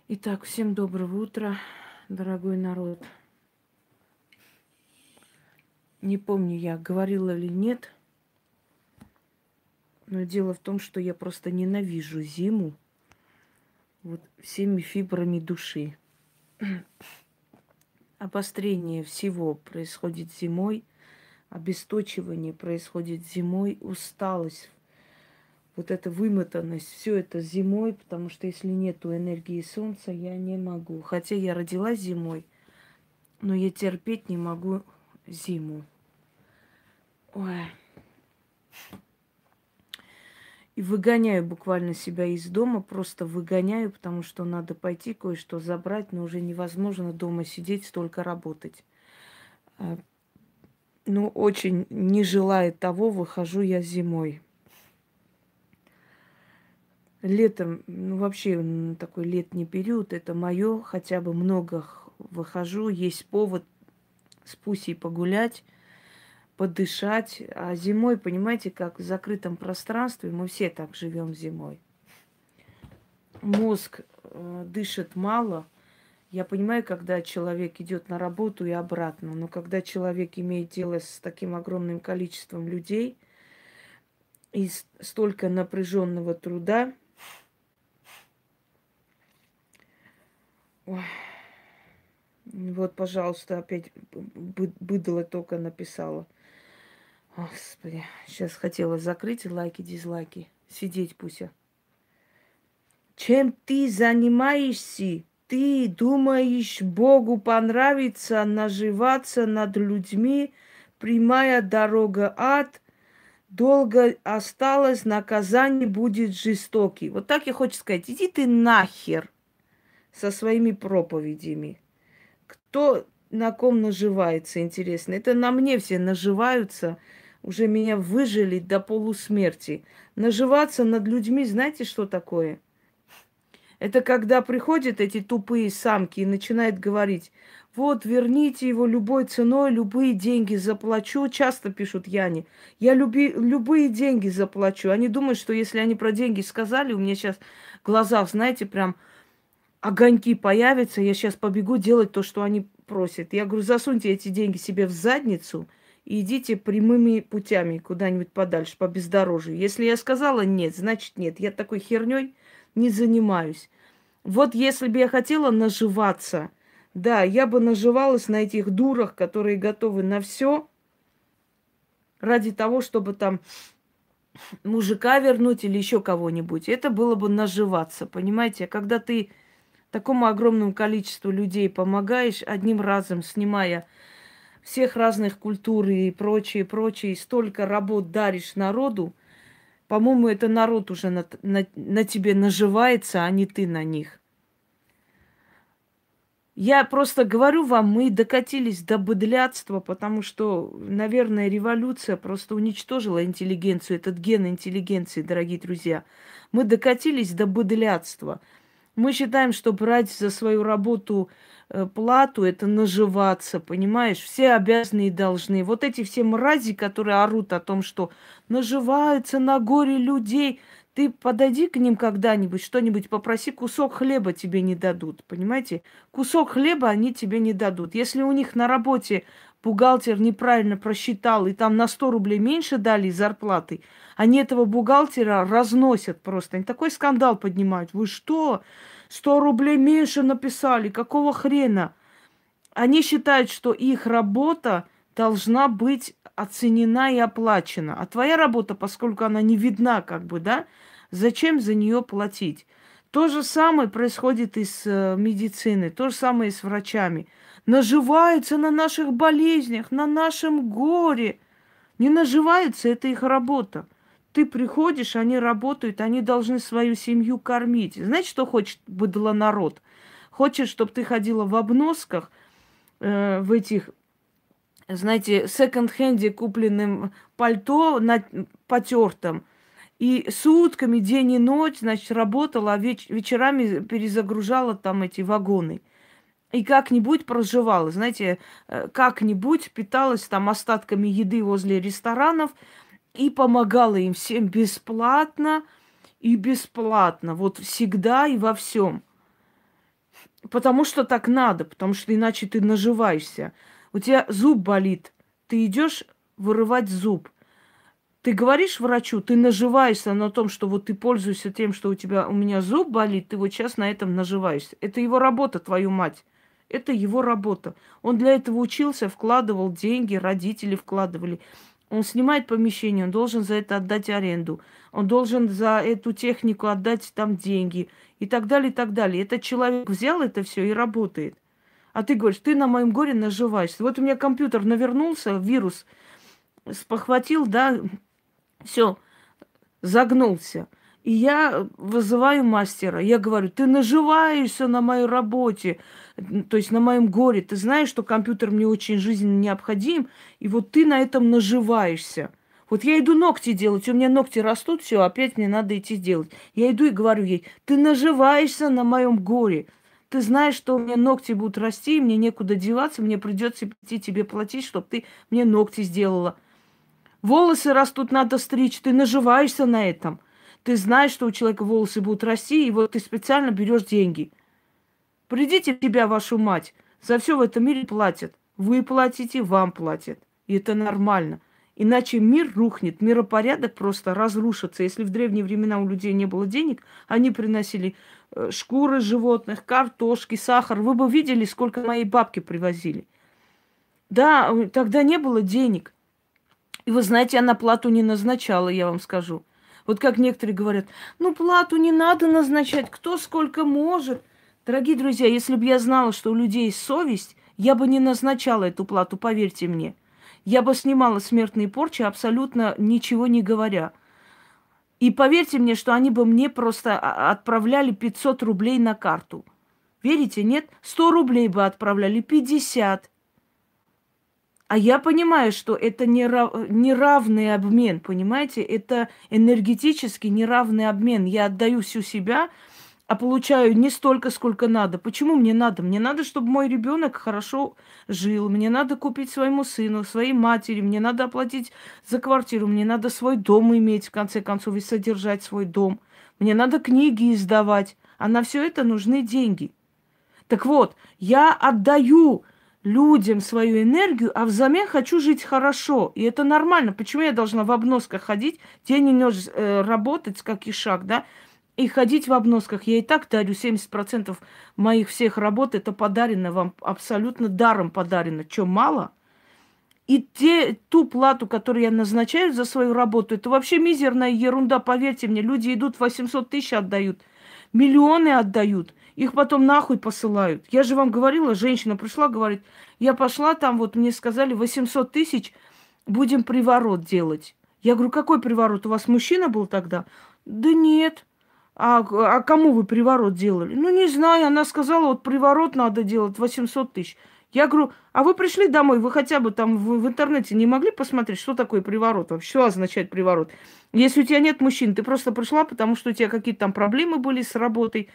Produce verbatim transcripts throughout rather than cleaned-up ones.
Итак, всем доброго утра, дорогой народ. Не помню, я говорила или нет, но дело в том, что я просто ненавижу зиму вот всеми фибрами души. Обострение всего происходит зимой, обесточивание происходит зимой, усталость, вот эта вымотанность, все это зимой, потому что если нету энергии солнца, я не могу. Хотя я родилась зимой, но я терпеть не могу зиму. Ой. И выгоняю буквально себя из дома, просто выгоняю, потому что надо пойти кое-что забрать, но уже невозможно дома сидеть, столько работать. А, Ну, очень не желая того, выхожу я зимой. Летом, ну, вообще м, такой летний период, это мое, хотя бы много х- выхожу, есть повод с Пусей погулять, подышать. А зимой, понимаете, как в закрытом пространстве, мы все так живем зимой. Мозг э, дышит мало. Я понимаю, когда человек идет на работу и обратно, но когда человек имеет дело с таким огромным количеством людей и с- столько напряженного труда, ой, вот, пожалуйста, опять бы- быдло только написала. Господи, сейчас хотела закрыть лайки, дизлайки. Сидеть пусть. Чем ты занимаешься? Ты думаешь, Богу понравится наживаться над людьми, прямая дорога ад, долго осталось, наказание будет жестокий. Вот так я хочу сказать. Иди ты нахер со своими проповедями. Кто на ком наживается, интересно? Это на мне все наживаются. Уже меня выжили до полусмерти. Наживаться над людьми, знаете, что такое? Это когда приходят эти тупые самки и начинают говорить, вот, верните его любой ценой, любые деньги заплачу. Часто пишут Яне, я люби, любые деньги заплачу. Они думают, что если они про деньги сказали, у меня сейчас в глазах, знаете, прям огоньки появятся, я сейчас побегу делать то, что они просят. Я говорю, засуньте эти деньги себе в задницу и идите прямыми путями куда-нибудь подальше, по бездорожью. Если я сказала нет, значит нет. Я такой херней не занимаюсь. Вот если бы я хотела наживаться, да, я бы наживалась на этих дурах, которые готовы на все ради того, чтобы там мужика вернуть или еще кого-нибудь. Это было бы наживаться, понимаете? А когда ты такому огромному количеству людей помогаешь одним разом, снимая всех разных культур и прочее, прочее, и столько работ даришь народу, по-моему, это народ уже на, на, на тебе наживается, а не ты на них. Я просто говорю вам, мы докатились до быдлятства, потому что, наверное, революция просто уничтожила интеллигенцию, этот ген интеллигенции, дорогие друзья. Мы докатились до быдлятства. Мы считаем, что брать за свою работу э, плату – это наживаться, понимаешь? Все обязаны и должны. Вот эти все мрази, которые орут о том, что наживаются на горе людей, ты подойди к ним когда-нибудь, что-нибудь попроси, кусок хлеба тебе не дадут, понимаете? Кусок хлеба они тебе не дадут. Если у них на работе бухгалтер неправильно просчитал, и там на сто рублей меньше дали зарплаты, они этого бухгалтера разносят просто. Они такой скандал поднимают. Вы что? Сто рублей меньше написали. Какого хрена? Они считают, что их работа должна быть оценена и оплачена. А твоя работа, поскольку она не видна, как бы, да, зачем за нее платить? То же самое происходит и с э, медициной, то же самое и с врачами. Наживаются на наших болезнях, на нашем горе. Не наживаются, это их работа. Ты приходишь, они работают, они должны свою семью кормить. Знаете, что хочет быдло народ? Хочет, чтобы ты ходила в обносках, э, в этих, знаете, секонд-хенде купленным пальто на потертом. И сутками, день и ночь, значит, работала, а веч- вечерами перезагружала там эти вагоны. И как-нибудь проживала, знаете, э, как-нибудь питалась там остатками еды возле ресторанов и помогала им всем бесплатно и бесплатно. Вот всегда и во всем. Потому что так надо, потому что иначе ты наживаешься. У тебя зуб болит, ты идешь вырывать зуб. Ты говоришь врачу, ты наживаешься на том, что вот ты пользуешься тем, что у тебя, у меня зуб болит, ты вот сейчас на этом наживаешься. Это его работа, твою мать. Это его работа. Он для этого учился, вкладывал деньги, родители вкладывали. Он снимает помещение, он должен за это отдать аренду. Он должен за эту технику отдать там деньги и так далее, и так далее. Этот человек взял это все и работает. А ты говоришь, ты на моем горе наживаешься. Вот у меня компьютер навернулся, вирус спохватил, да, все, загнулся. И я вызываю мастера. Я говорю, ты наживаешься на моей работе, то есть на моем горе. Ты знаешь, что компьютер мне очень жизненно необходим, и вот ты на этом наживаешься. Вот я иду ногти делать, у меня ногти растут, все, опять мне надо идти делать. Я иду и говорю ей, ты наживаешься на моем горе. Ты знаешь, что у меня ногти будут расти, мне некуда деваться, мне придется идти тебе платить, чтобы ты мне ногти сделала. Волосы растут, надо стричь, ты наживаешься на этом. Ты знаешь, что у человека волосы будут расти, и вот ты специально берешь деньги. Придите в тебя, вашу мать. За все в этом мире платят. Вы платите, вам платят. И это нормально. Иначе мир рухнет, миропорядок просто разрушится. Если в древние времена у людей не было денег, они приносили э, шкуры животных, картошки, сахар. Вы бы видели, сколько моей бабки привозили. Да, э, тогда не было денег. И вы знаете, она плату не назначала, я вам скажу. Вот как некоторые говорят, ну плату не надо назначать, кто сколько может. Дорогие друзья, если бы я знала, что у людей есть совесть, я бы не назначала эту плату, поверьте мне. Я бы снимала смертные порчи, абсолютно ничего не говоря. И поверьте мне, что они бы мне просто отправляли пятьсот рублей на карту. Верите, нет? сто рублей бы отправляли, пятьдесят. А я понимаю, что это нерав... неравный обмен, понимаете? Это энергетически неравный обмен. Я отдаю всю себя, а получаю не столько, сколько надо. Почему мне надо? Мне надо, чтобы мой ребенок хорошо жил. Мне надо купить своему сыну, своей матери. Мне надо оплатить за квартиру. Мне надо свой дом иметь, в конце концов, и содержать свой дом. Мне надо книги издавать. А на все это нужны деньги. Так вот, я отдаю людям свою энергию, а взамен хочу жить хорошо. И это нормально. Почему я должна в обносках ходить, день и ночь э, работать, как ишак, да, и ходить в обносках? Я и так дарю семьдесят процентов моих всех работ, это подарено вам, абсолютно даром подарено. Что, мало? И те, ту плату, которую я назначаю за свою работу, это вообще мизерная ерунда, поверьте мне. Люди идут, восемьсот тысяч отдают, миллионы отдают. Их потом нахуй посылают. Я же вам говорила, женщина пришла, говорит, я пошла там, вот мне сказали, восемьсот тысяч, будем приворот делать. Я говорю, какой приворот? У вас мужчина был тогда? Да нет. А, а кому вы приворот делали? Ну, не знаю. Она сказала, вот приворот надо делать, восемьсот тысяч. Я говорю, а вы пришли домой, вы хотя бы там в, в интернете не могли посмотреть, что такое приворот вообще, что означает приворот? Если у тебя нет мужчин, ты просто пришла, потому что у тебя какие-то там проблемы были с работой,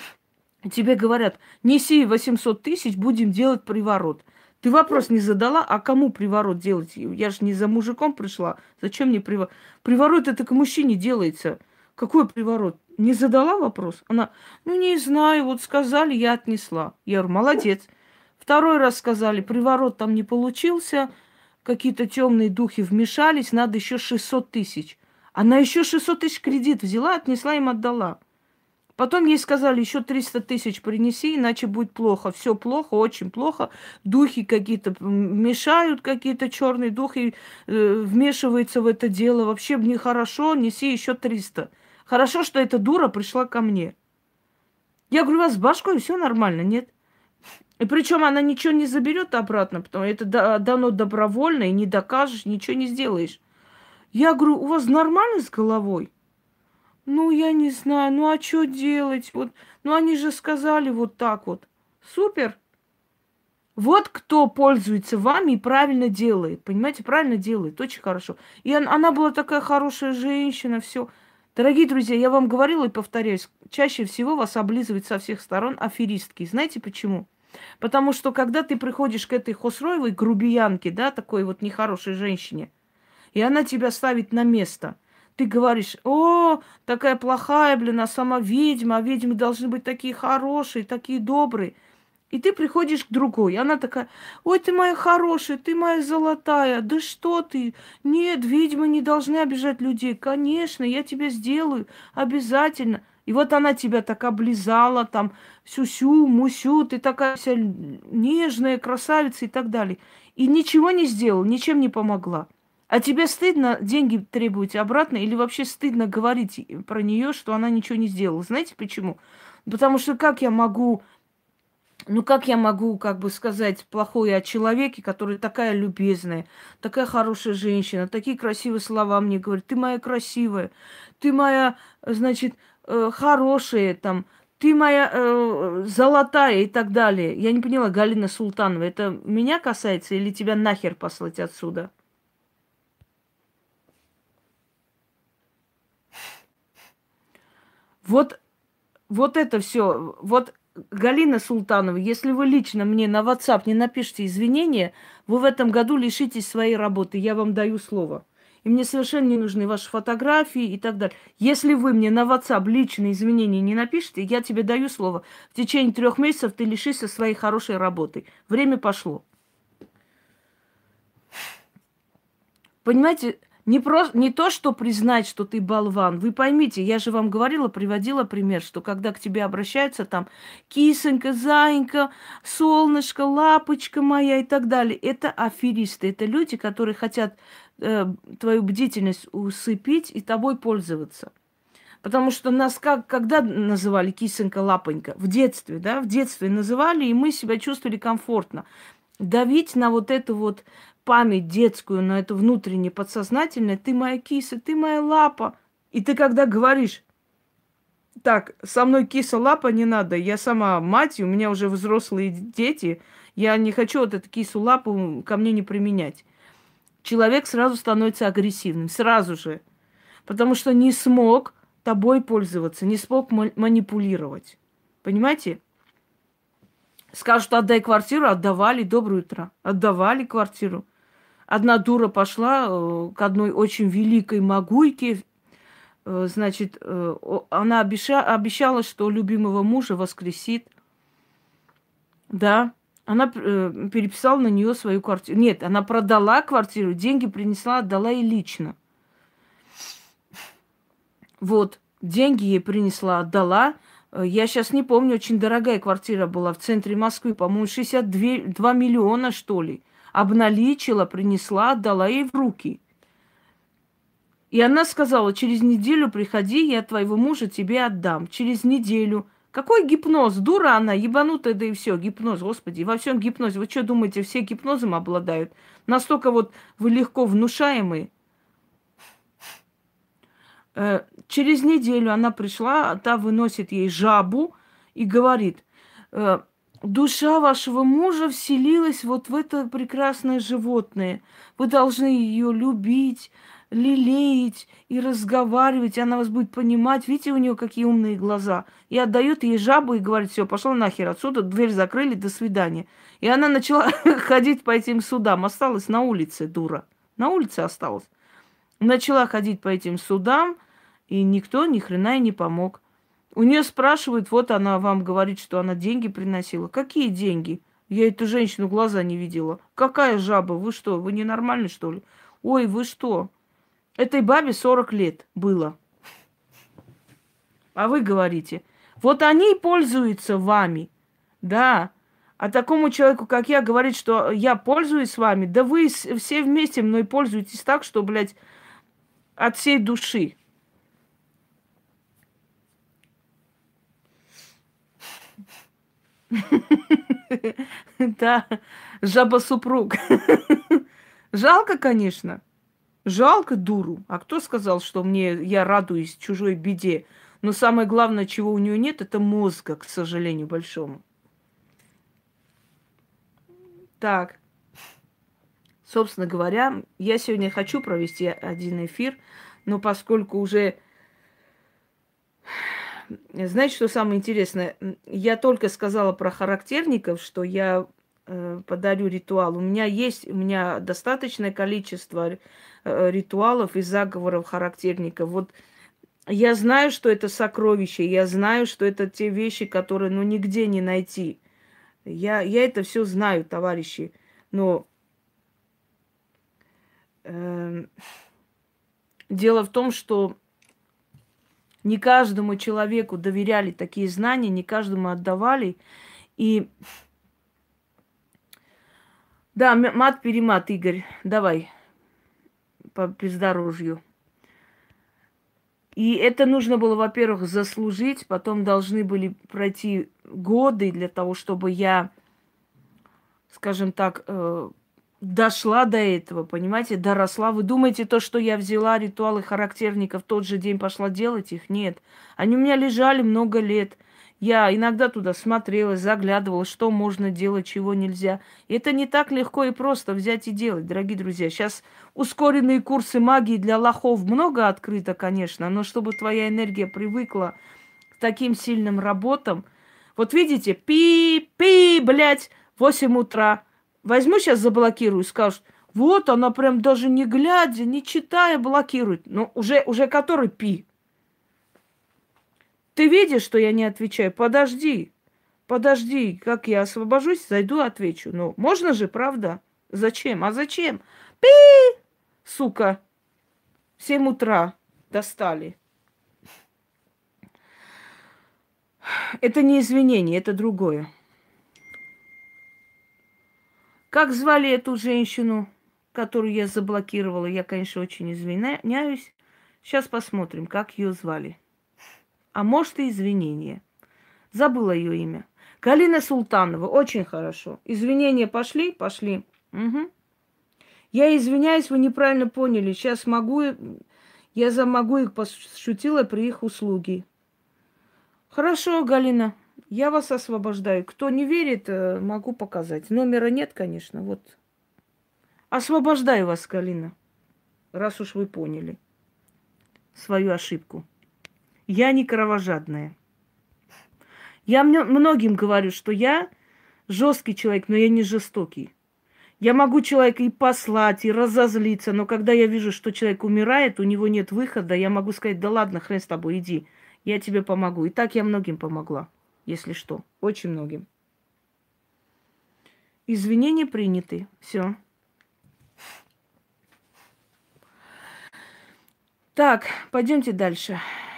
тебе говорят, неси восемьсот тысяч, будем делать приворот. Ты вопрос не задала, а кому приворот делать? Я же не за мужиком пришла. Зачем мне приворот? Приворот это к мужчине делается. Какой приворот? Не задала вопрос? Она, ну не знаю, вот сказали, я отнесла. Я говорю, молодец. Второй раз сказали, приворот там не получился, какие-то темные духи вмешались, надо еще шестьсот тысяч. Она еще шестьсот тысяч кредит взяла, отнесла, им отдала. Потом ей сказали, еще триста тысяч принеси, иначе будет плохо. Все плохо, очень плохо. Духи какие-то мешают, какие-то черные духи э, вмешиваются в это дело. Вообще нехорошо, неси еще триста. Хорошо, что эта дура пришла ко мне. Я говорю, у вас с башкой все нормально, нет? И причем она ничего не заберет обратно, потому что это дано добровольно, и не докажешь, ничего не сделаешь. Я говорю, у вас нормально с головой? Ну, я не знаю, ну а что делать? Вот, ну, они же сказали вот так вот. Супер. Вот кто пользуется вами и правильно делает. Понимаете, правильно делает. Очень хорошо. И он, она была такая хорошая женщина, все. Дорогие друзья, я вам говорила и повторяюсь, чаще всего вас облизывают со всех сторон аферистки. Знаете почему? Потому что когда ты приходишь к этой Хосроевой грубиянке, да, такой вот нехорошей женщине, и она тебя ставит на место, Ты говоришь: о, такая плохая, блин, а сама ведьма, а ведьмы должны быть такие хорошие, такие добрые. И ты приходишь к другой, и она такая: ой, ты моя хорошая, ты моя золотая, да что ты? Нет, ведьмы не должны обижать людей. Конечно, я тебе сделаю, обязательно. И вот она тебя так облизала, там, сюсю, мусю, ты такая вся нежная, красавица и так далее. И ничего не сделала, ничем не помогла. А тебе стыдно деньги требовать обратно или вообще стыдно говорить про нее, что она ничего не сделала? Знаете почему? Потому что как я могу ну, как я могу, как бы сказать, плохое о человеке, который такая любезная, такая хорошая женщина, такие красивые слова мне говорит: ты моя красивая, ты моя, значит, э, хорошая, там, ты моя э, золотая и так далее. Я не поняла, Галина Султанова, это меня касается или тебя нахер послать отсюда? Вот, вот это все. Вот, Галина Султанова, если вы лично мне на WhatsApp не напишите извинения, вы в этом году лишитесь своей работы. Я вам даю слово. И мне совершенно не нужны ваши фотографии и так далее. Если вы мне на WhatsApp личные извинения не напишите, я тебе даю слово. В течение трех месяцев ты лишишься своей хорошей работы. Время пошло. Понимаете, не, просто, не то, что признать, что ты болван. Вы поймите, я же вам говорила, приводила пример, что когда к тебе обращаются там кисонька, зайка, солнышко, лапочка моя и так далее, это аферисты, это люди, которые хотят э, твою бдительность усыпить и тобой пользоваться. Потому что нас как, когда называли кисонька, лапонька? В детстве, да, в детстве называли, и мы себя чувствовали комфортно. Давить на вот эту вот память детскую, на это внутреннее, подсознательное: ты моя киса, ты моя лапа. И ты когда говоришь: так, со мной киса, лапа не надо, я сама мать, у меня уже взрослые дети, я не хочу вот эту кису, лапу ко мне не применять. Человек сразу становится агрессивным, сразу же. Потому что не смог тобой пользоваться, не смог манипулировать. Понимаете? Скажут: отдай квартиру, отдавали, доброе утро. Отдавали квартиру. Одна дура пошла э, к одной очень великой могуйке. Э, значит, э, она обеща, обещала, что любимого мужа воскресит. Да. Она э, переписала на нее свою квартиру. Нет, она продала квартиру, деньги принесла, отдала ей лично. Вот, деньги ей принесла, отдала. Я сейчас не помню, очень дорогая квартира была в центре Москвы, по-моему, шестьдесят два миллиона, что ли. Обналичила, принесла, отдала ей в руки. И она сказала: через неделю приходи, я твоего мужа тебе отдам. Через неделю. Какой гипноз? Дура она, ебанутая, да и все. Гипноз, господи, во всем гипнозе. Вы что думаете, все гипнозом обладают? Настолько вот вы легко внушаемые. Через неделю она пришла, та выносит ей жабу и говорит: душа вашего мужа вселилась вот в это прекрасное животное. Вы должны ее любить, лелеять и разговаривать. Она вас будет понимать. Видите, у нее какие умные глаза. И отдает ей жабу и говорит: все, пошла нахер отсюда, дверь закрыли, до свидания. И она начала ходить по этим судам. Осталась на улице, дура. На улице осталась. Начала ходить по этим судам, и никто ни хрена ей не помог. У нее спрашивают: вот она вам говорит, что она деньги приносила. Какие деньги? Я эту женщину глаза не видела. Какая жаба? Вы что, вы ненормальны, что ли? Ой, вы что? Этой бабе сорок лет было. А вы говорите: вот они пользуются вами. Да. А такому человеку, как я, говорит, что я пользуюсь вами, да вы все вместе мной пользуетесь так, что, блядь, от всей души. Да, жаба-супруг. Жалко, конечно. Жалко дуру. А кто сказал, что мне я радуюсь чужой беде? Но самое главное, чего у нее нет, это мозга, к сожалению, большому. Так, собственно говоря, я сегодня хочу провести один эфир, но поскольку уже... Знаете, что самое интересное? Я только сказала про характерников, что я э, подарю ритуал. У меня есть, у меня достаточное количество э, ритуалов и заговоров характерников. Вот я знаю, что это сокровище, я знаю, что это те вещи, которые, ну, нигде не найти. Я, я это все знаю, товарищи. Но э, дело в том, что не каждому человеку доверяли такие знания, не каждому отдавали. И да, м- мат-перемат, Игорь, давай по бездорожью. И это нужно было, во-первых, заслужить, потом должны были пройти годы для того, чтобы я, скажем так, э, дошла до этого, понимаете, доросла. Вы думаете, то, что я взяла ритуалы характерников, в тот же день пошла делать их? Нет. Они у меня лежали много лет. Я иногда туда смотрела, заглядывала, что можно делать, чего нельзя. И это не так легко и просто взять и делать, дорогие друзья. Сейчас ускоренные курсы магии для лохов много открыто, конечно, но чтобы твоя энергия привыкла к таким сильным работам. Вот видите, пи-пи, блядь, восемь утра. Возьму сейчас заблокирую, скажут, вот она прям даже не глядя, не читая, блокирует. Ну, уже, уже который пи? Ты видишь, что я не отвечаю? Подожди, подожди, как я освобожусь, зайду, отвечу. Ну, можно же, правда? Зачем? А зачем? Пи, сука, в семь утра достали. Это не извинение, это другое. Как звали эту женщину, которую я заблокировала? Я, конечно, очень извиняюсь. Сейчас посмотрим, как ее звали. А может, и извинения. Забыла ее имя. Галина Султанова. Очень хорошо. Извинения пошли? Пошли. Угу. Я извиняюсь, вы неправильно поняли. Сейчас могу... Я за могу их пошутила при их услуге. Хорошо, Галина. Я вас освобождаю. Кто не верит, могу показать. Номера нет, конечно. Вот. Освобождаю вас, Галина. Раз уж вы поняли свою ошибку. Я не кровожадная. Я многим говорю, что я жесткий человек, но я не жестокий. Я могу человека и послать, и разозлиться, но когда я вижу, что человек умирает, у него нет выхода, я могу сказать, да ладно, хрен с тобой, иди, я тебе помогу. И так я многим помогла, если что, очень многим. Извинения приняты, все. Так, пойдемте дальше.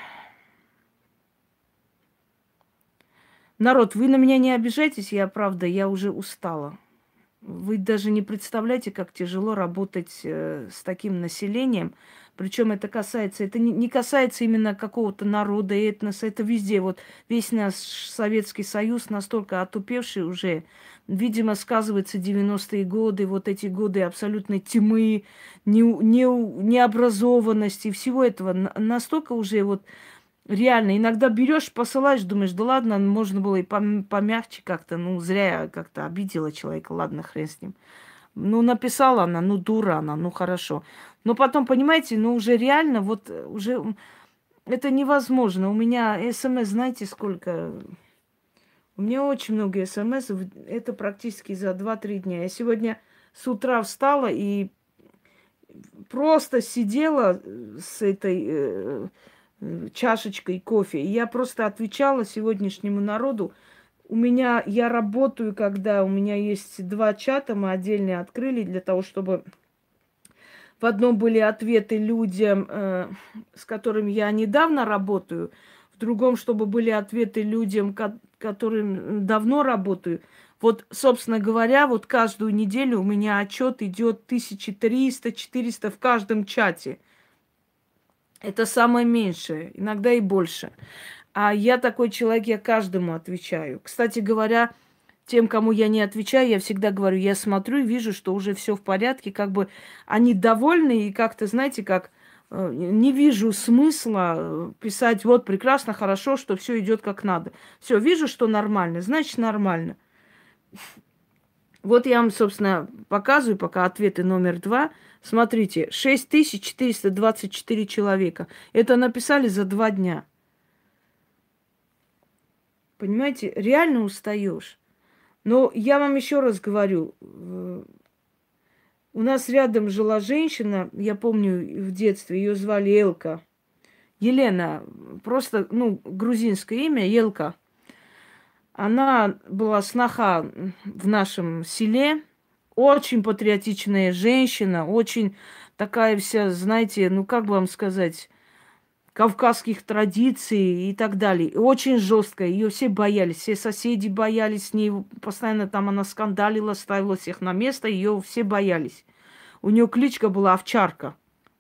Народ, вы на меня не обижайтесь, я правда, я уже устала. Вы даже не представляете, как тяжело работать э, с таким населением. Причем это касается, это не, не касается именно какого-то народа, этноса, это везде. Вот весь наш Советский Союз настолько отупевший уже, видимо, сказывается девяностые годы, вот эти годы абсолютной тьмы, не, не, необразованности, всего этого. Настолько уже вот реально, иногда берешь, посылаешь, думаешь, да ладно, можно было и помягче как-то, ну, зря я как-то обидела человека, ладно, хрен с ним. Ну, написала она, ну, дура она, ну, хорошо. Но потом, понимаете, ну, уже реально, вот, уже это невозможно. У меня СМС, знаете, сколько? У меня очень много СМС, это практически за два-три дня. Я сегодня с утра встала и просто сидела с этой... Э, чашечкой кофе. И я просто отвечала сегодняшнему народу. У меня, я работаю, когда у меня есть два чата, мы отдельно открыли для того, чтобы в одном были ответы людям, э, с которыми я недавно работаю, в другом, чтобы были ответы людям, ко- которым давно работаю. Вот, собственно говоря, вот каждую неделю у меня отчет идет тысяча триста - четыреста в каждом чате. Это самое меньшее, иногда и больше. А я такой человек, я каждому отвечаю. Кстати говоря, тем, кому я не отвечаю, я всегда говорю, я смотрю и вижу, что уже все в порядке, как бы они довольны, и как-то, знаете, как э, не вижу смысла э, писать, вот прекрасно, хорошо, что все идет как надо. Все, вижу, что нормально, значит нормально. Вот я вам, собственно, показываю пока ответы номер два. Смотрите, шесть тысяч четыреста двадцать четыре человека. Это написали за два дня. Понимаете, реально устаешь. Но я вам еще раз говорю, э, у нас рядом жила женщина, я помню в детстве, ее звали Элка. Елена, просто, ну, грузинское имя, Елка. Она была сноха в нашем селе, очень патриотичная женщина, очень такая вся, знаете, ну, как бы вам сказать, кавказских традиций и так далее. И очень жесткая. Ее все боялись. Все соседи боялись с ней. Постоянно там она скандалила, ставила всех на место. Ее все боялись. У нее кличка была Овчарка.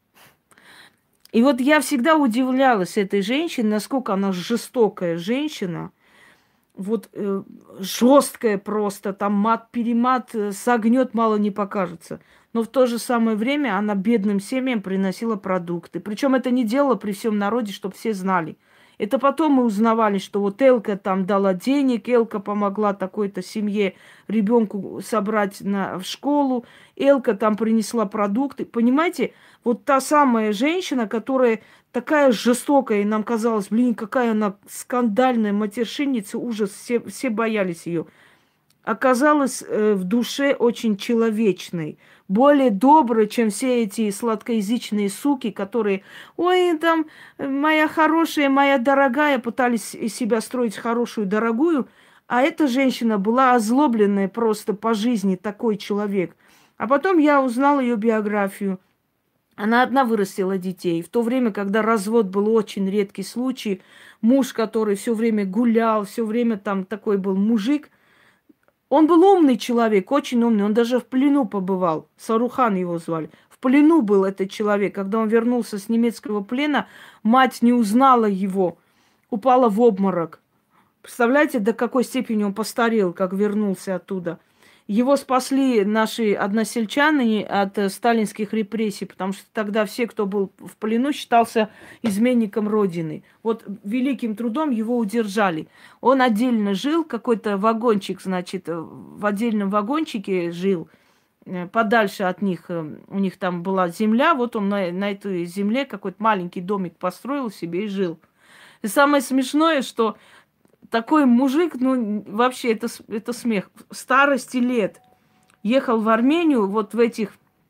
И вот я всегда удивлялась этой женщине, насколько она жестокая женщина. Вот э, жесткая просто, там мат-перемат, э, согнет, мало не покажется. Но в то же самое время она бедным семьям приносила продукты. Причем это не делала при всем народе, чтобы все знали. Это потом мы узнавали, что вот Элка там дала денег, Элка помогла такой-то семье ребенку собрать на, в школу, Элка там принесла продукты. Понимаете, вот та самая женщина, которая такая жестокая, и нам казалось, блин, какая она скандальная матершинница, ужас, все, все боялись ее. Оказалась э, в душе очень человечной, более доброй, чем все эти сладкоязычные суки, которые, ой, там, моя хорошая, моя дорогая, пытались из себя строить хорошую, дорогую, а эта женщина была озлобленная просто по жизни, такой человек. А потом я узнала ее биографию. Она одна вырастила детей. В то время, когда развод был очень редкий случай, муж, который все время гулял, все время там такой был мужик, он был умный человек, очень умный. Он даже в плену побывал. Сарухан его звали. В плену был этот человек. Когда он вернулся с немецкого плена, мать не узнала его, упала в обморок. Представляете, до какой степени он постарел, как вернулся оттуда. Его спасли наши односельчане от э, сталинских репрессий, потому что тогда все, кто был в плену, считался изменником Родины. Вот великим трудом его удержали. Он отдельно жил, какой-то вагончик, значит, э, в отдельном вагончике жил, э, подальше от них. э, У них там была земля, вот он на, на этой земле какой-то маленький домик построил себе и жил. И самое смешное, что такой мужик, ну, вообще, это, с- это смех. В старости лет ехал в Армению, вот в этих,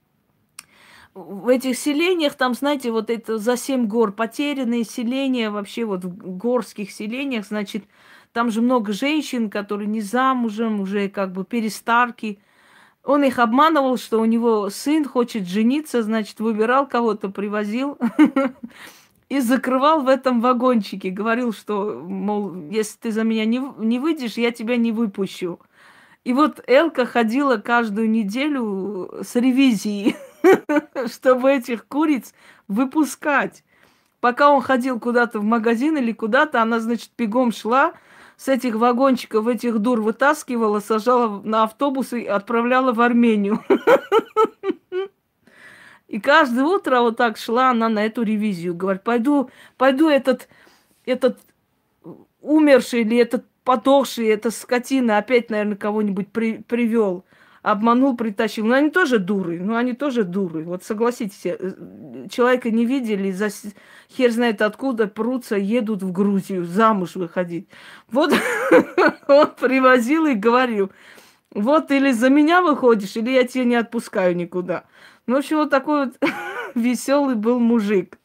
в этих селениях, там, знаете, вот это за семь гор, потерянные селения, вообще вот в горских селениях, значит, там же много женщин, которые не замужем, уже как бы перестарки. Он их обманывал, что у него сын хочет жениться, значит, выбирал кого-то, привозил. И закрывал в этом вагончике. Говорил, что, мол, если ты за меня не, в- не выйдешь, я тебя не выпущу. И вот Элка ходила каждую неделю с ревизией, чтобы этих куриц выпускать. Пока он ходил куда-то в магазин или куда-то, она, значит, бегом шла, с этих вагончиков этих дур вытаскивала, сажала на автобус и отправляла в Армению. И каждое утро вот так шла она на эту ревизию. Говорит, пойду, пойду этот, этот умерший или этот подохший, эта скотина опять, наверное, кого-нибудь при, привел. Обманул, притащил. Но они тоже дуры. Ну, они тоже дуры. Вот согласитесь, э, человека не видели, за с- хер знает откуда прутся, едут в Грузию замуж выходить. Вот он привозил и говорил, вот или за меня выходишь, или я тебя не отпускаю никуда. Ну, в общем, вот такой вот веселый был мужик.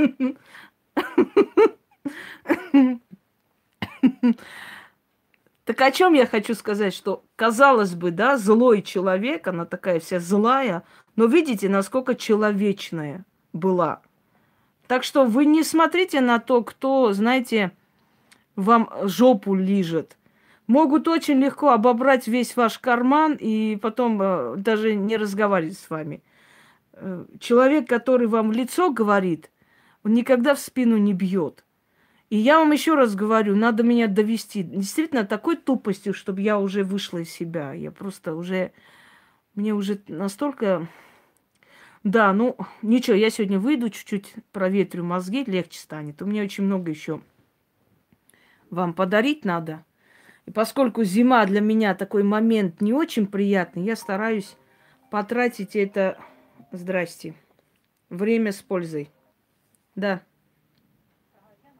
Так о чем я хочу сказать, что, казалось бы, да, злой человек, она такая вся злая, но видите, насколько человечная была. Так что вы не смотрите на то, кто, знаете, вам жопу лижет. Могут очень легко обобрать весь ваш карман и потом э, даже не разговаривать с вами. Э, человек, который вам в лицо говорит, он никогда в спину не бьет. И я вам еще раз говорю, надо меня довести действительно такой тупостью, чтобы я уже вышла из себя. Я просто уже, мне уже настолько... Да, ну, ничего, я сегодня выйду, чуть-чуть проветрю мозги, легче станет. У меня очень много еще вам подарить надо. И поскольку зима для меня такой момент не очень приятный, я стараюсь потратить это, здрасте, время с пользой. Да.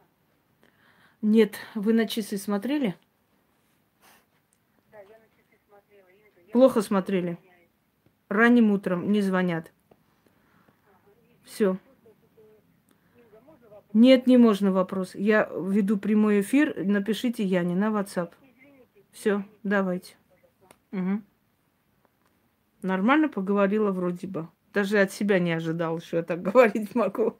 Нет, вы на часы смотрели? Плохо смотрели. Ранним утром не звонят. Все. Нет, не можно вопрос. Я веду прямой эфир. Напишите Яне на WhatsApp. Все, давайте. Угу. Нормально поговорила вроде бы. Даже от себя не ожидала, что я так говорить могу.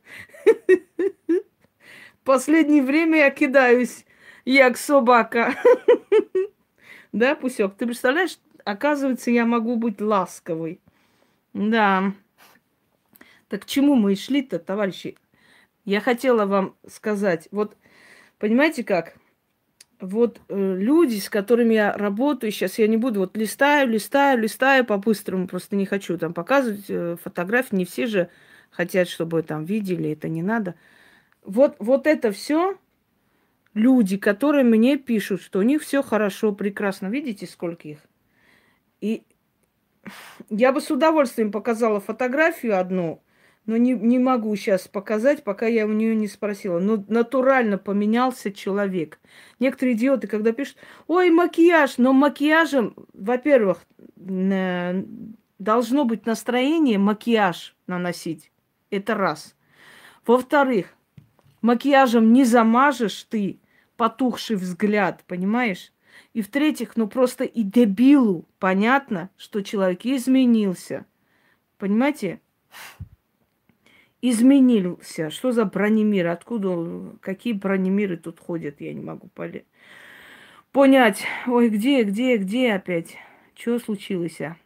Последнее время я кидаюсь, як собака. Да, Пусек? Ты представляешь, оказывается, я могу быть ласковой. Да. Так к чему мы и шли-то, товарищи? Я хотела вам сказать, вот, понимаете как? Вот э, люди, с которыми я работаю, сейчас я не буду, вот листаю, листаю, листаю по-быстрому, просто не хочу там показывать э, фотографии, не все же хотят, чтобы там видели, это не надо. Вот, вот это все люди, которые мне пишут, что у них все хорошо, прекрасно. Видите, сколько их? И я бы с удовольствием показала фотографию одну, но не, не могу сейчас показать, пока я у нее не спросила. Но натурально поменялся человек. Некоторые идиоты, когда пишут, ой, макияж, но макияжем, во-первых, э, должно быть настроение макияж наносить. Это раз. Во-вторых, макияжем не замажешь ты потухший взгляд, понимаешь? И в-третьих, ну просто и дебилу понятно, что человек изменился. Понимаете? Изменился. Что за бронемир? Откуда? Какие бронемиры тут ходят? Я не могу понять. Понять. Ой, где, где, где опять? Что случилось? А?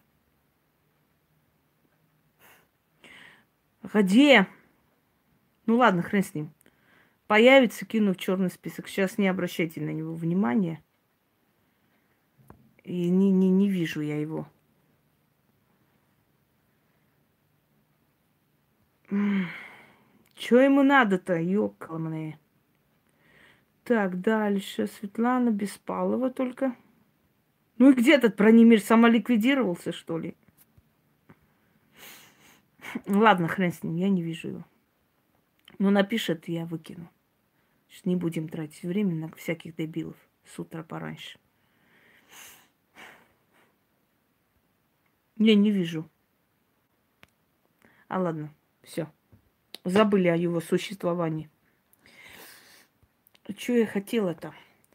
Где? Ну ладно, хрен с ним. Появится, кину в черный список. Сейчас не обращайте на него внимания. И не, не, не вижу я его. Чё ему надо-то, ёкалмные? Так, дальше. Светлана Беспалова только. Ну и где этот Бронемир? Самоликвидировался, что ли? Ладно, хрен с ним, я не вижу его. Ну, напишет, я выкину. Сейчас не будем тратить время на всяких дебилов с утра пораньше. Не, не вижу. А ладно, все. Забыли о его существовании. Что я хотела-то?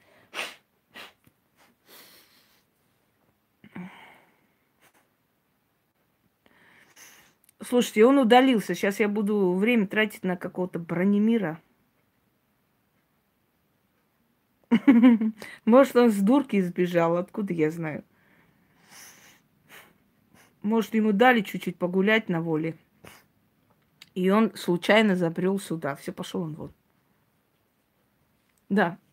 Слушайте, он удалился. Сейчас я буду время тратить на какого-то Бронемира. Может, он с дурки сбежал, откуда я знаю. Может, ему дали чуть-чуть погулять на воле. И он случайно забрел сюда. Все, пошел он вот. Да.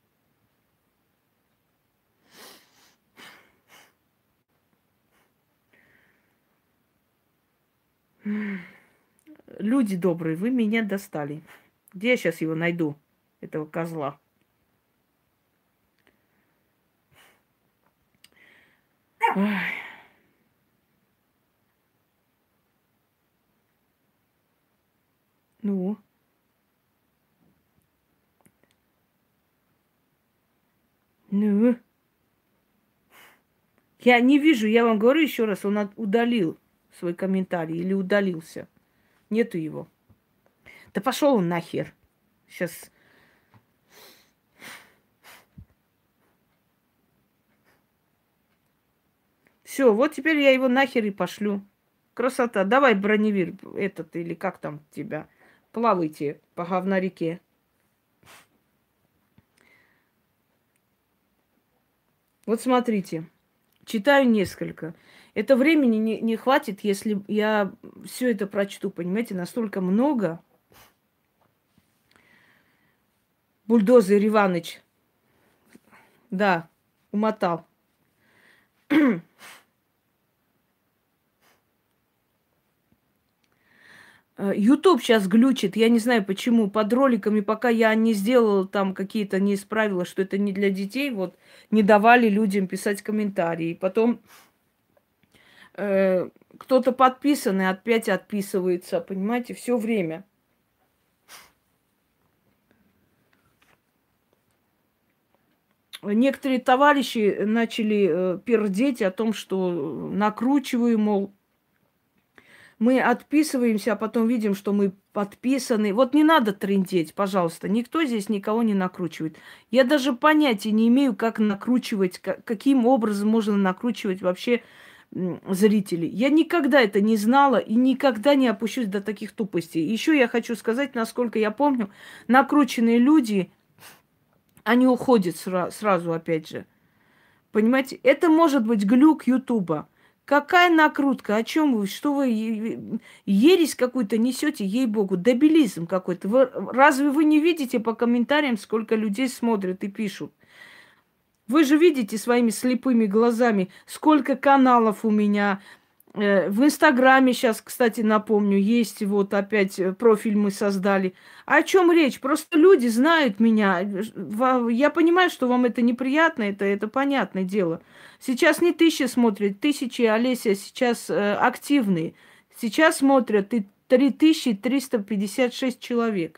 Люди добрые, вы меня достали. Где я сейчас его найду, этого козла? Ой. Ну. Ну. Я не вижу, я вам говорю еще раз, он удалил свой комментарий или удалился. Нету его. Да пошел он нахер. Сейчас. Все, вот теперь я его нахер и пошлю. Красота. Давай, Броневир, этот, или как там тебя. Плавайте по говнореке. Вот смотрите. Читаю несколько. Это времени не, не хватит, если я все это прочту, понимаете, настолько много. Бульдозер Иваныч. Да, умотал. Ютуб сейчас глючит, я не знаю почему. Под роликами, пока я не сделала там какие-то, не исправила, что это не для детей, вот не давали людям писать комментарии. Потом э, кто-то подписанный опять отписывается, понимаете, все время. некоторые товарищи начали э, пердеть о том, что накручиваю, мол, мы отписываемся, а потом видим, что мы подписаны. Вот не надо трындеть, пожалуйста. Никто здесь никого не накручивает. Я даже понятия не имею, как накручивать, ка- каким образом можно накручивать вообще м, зрителей. Я никогда это не знала и никогда не опущусь до таких тупостей. Еще я хочу сказать, насколько я помню, накрученные люди, они уходят сра- сразу, опять же. Понимаете, это может быть глюк Ютуба. Какая накрутка? О чем вы? Что вы е- ересь какую-то несете, ей-богу, дебилизм какой-то. Вы- разве вы не видите по комментариям, сколько людей смотрят и пишут? Вы же видите своими слепыми глазами, сколько каналов у меня. Э, В Инстаграме сейчас, кстати, напомню, есть вот опять э, профиль мы создали. О чем речь? Просто люди знают меня. Э, ж- ва- Я понимаю, что вам это неприятно, это, это понятное дело. Сейчас не тысячи смотрят, тысячи, Олеся, сейчас э, активные. Сейчас смотрят и три тысячи триста пятьдесят шесть человек.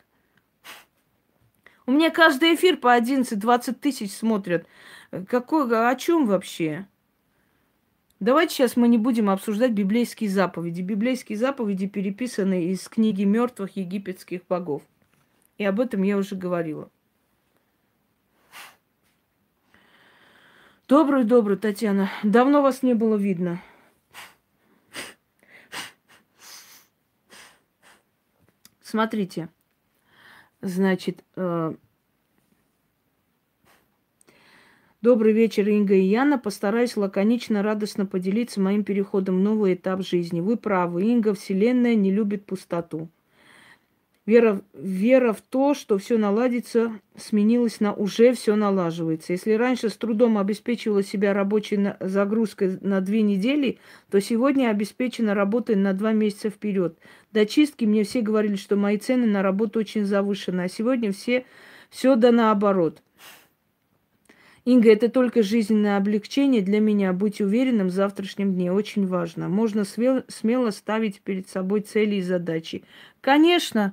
У меня каждый эфир по одиннадцать-двадцать тысяч смотрят. Э, Какой, о чем вообще? Давайте сейчас мы не будем обсуждать библейские заповеди. Библейские заповеди переписаны из книги мертвых египетских богов. И об этом я уже говорила. Добрый-добрый, Татьяна. Давно вас не было видно. Смотрите, значит, э, добрый вечер, Инга и Яна. Постараюсь лаконично, радостно поделиться моим переходом в новый этап жизни. Вы правы, Инга, Вселенная не любит пустоту. Вера, вера в то, что все наладится, сменилась на уже все налаживается. Если раньше с трудом обеспечивала себя рабочей на- загрузкой на две недели, то сегодня обеспечена работой на два месяца вперед. До чистки мне все говорили, что мои цены на работу очень завышены, а сегодня все, все да наоборот. Инга, это только жизненное облегчение для меня. Быть уверенным в завтрашнем дне очень важно. Можно смело, смело ставить перед собой цели и задачи. Конечно,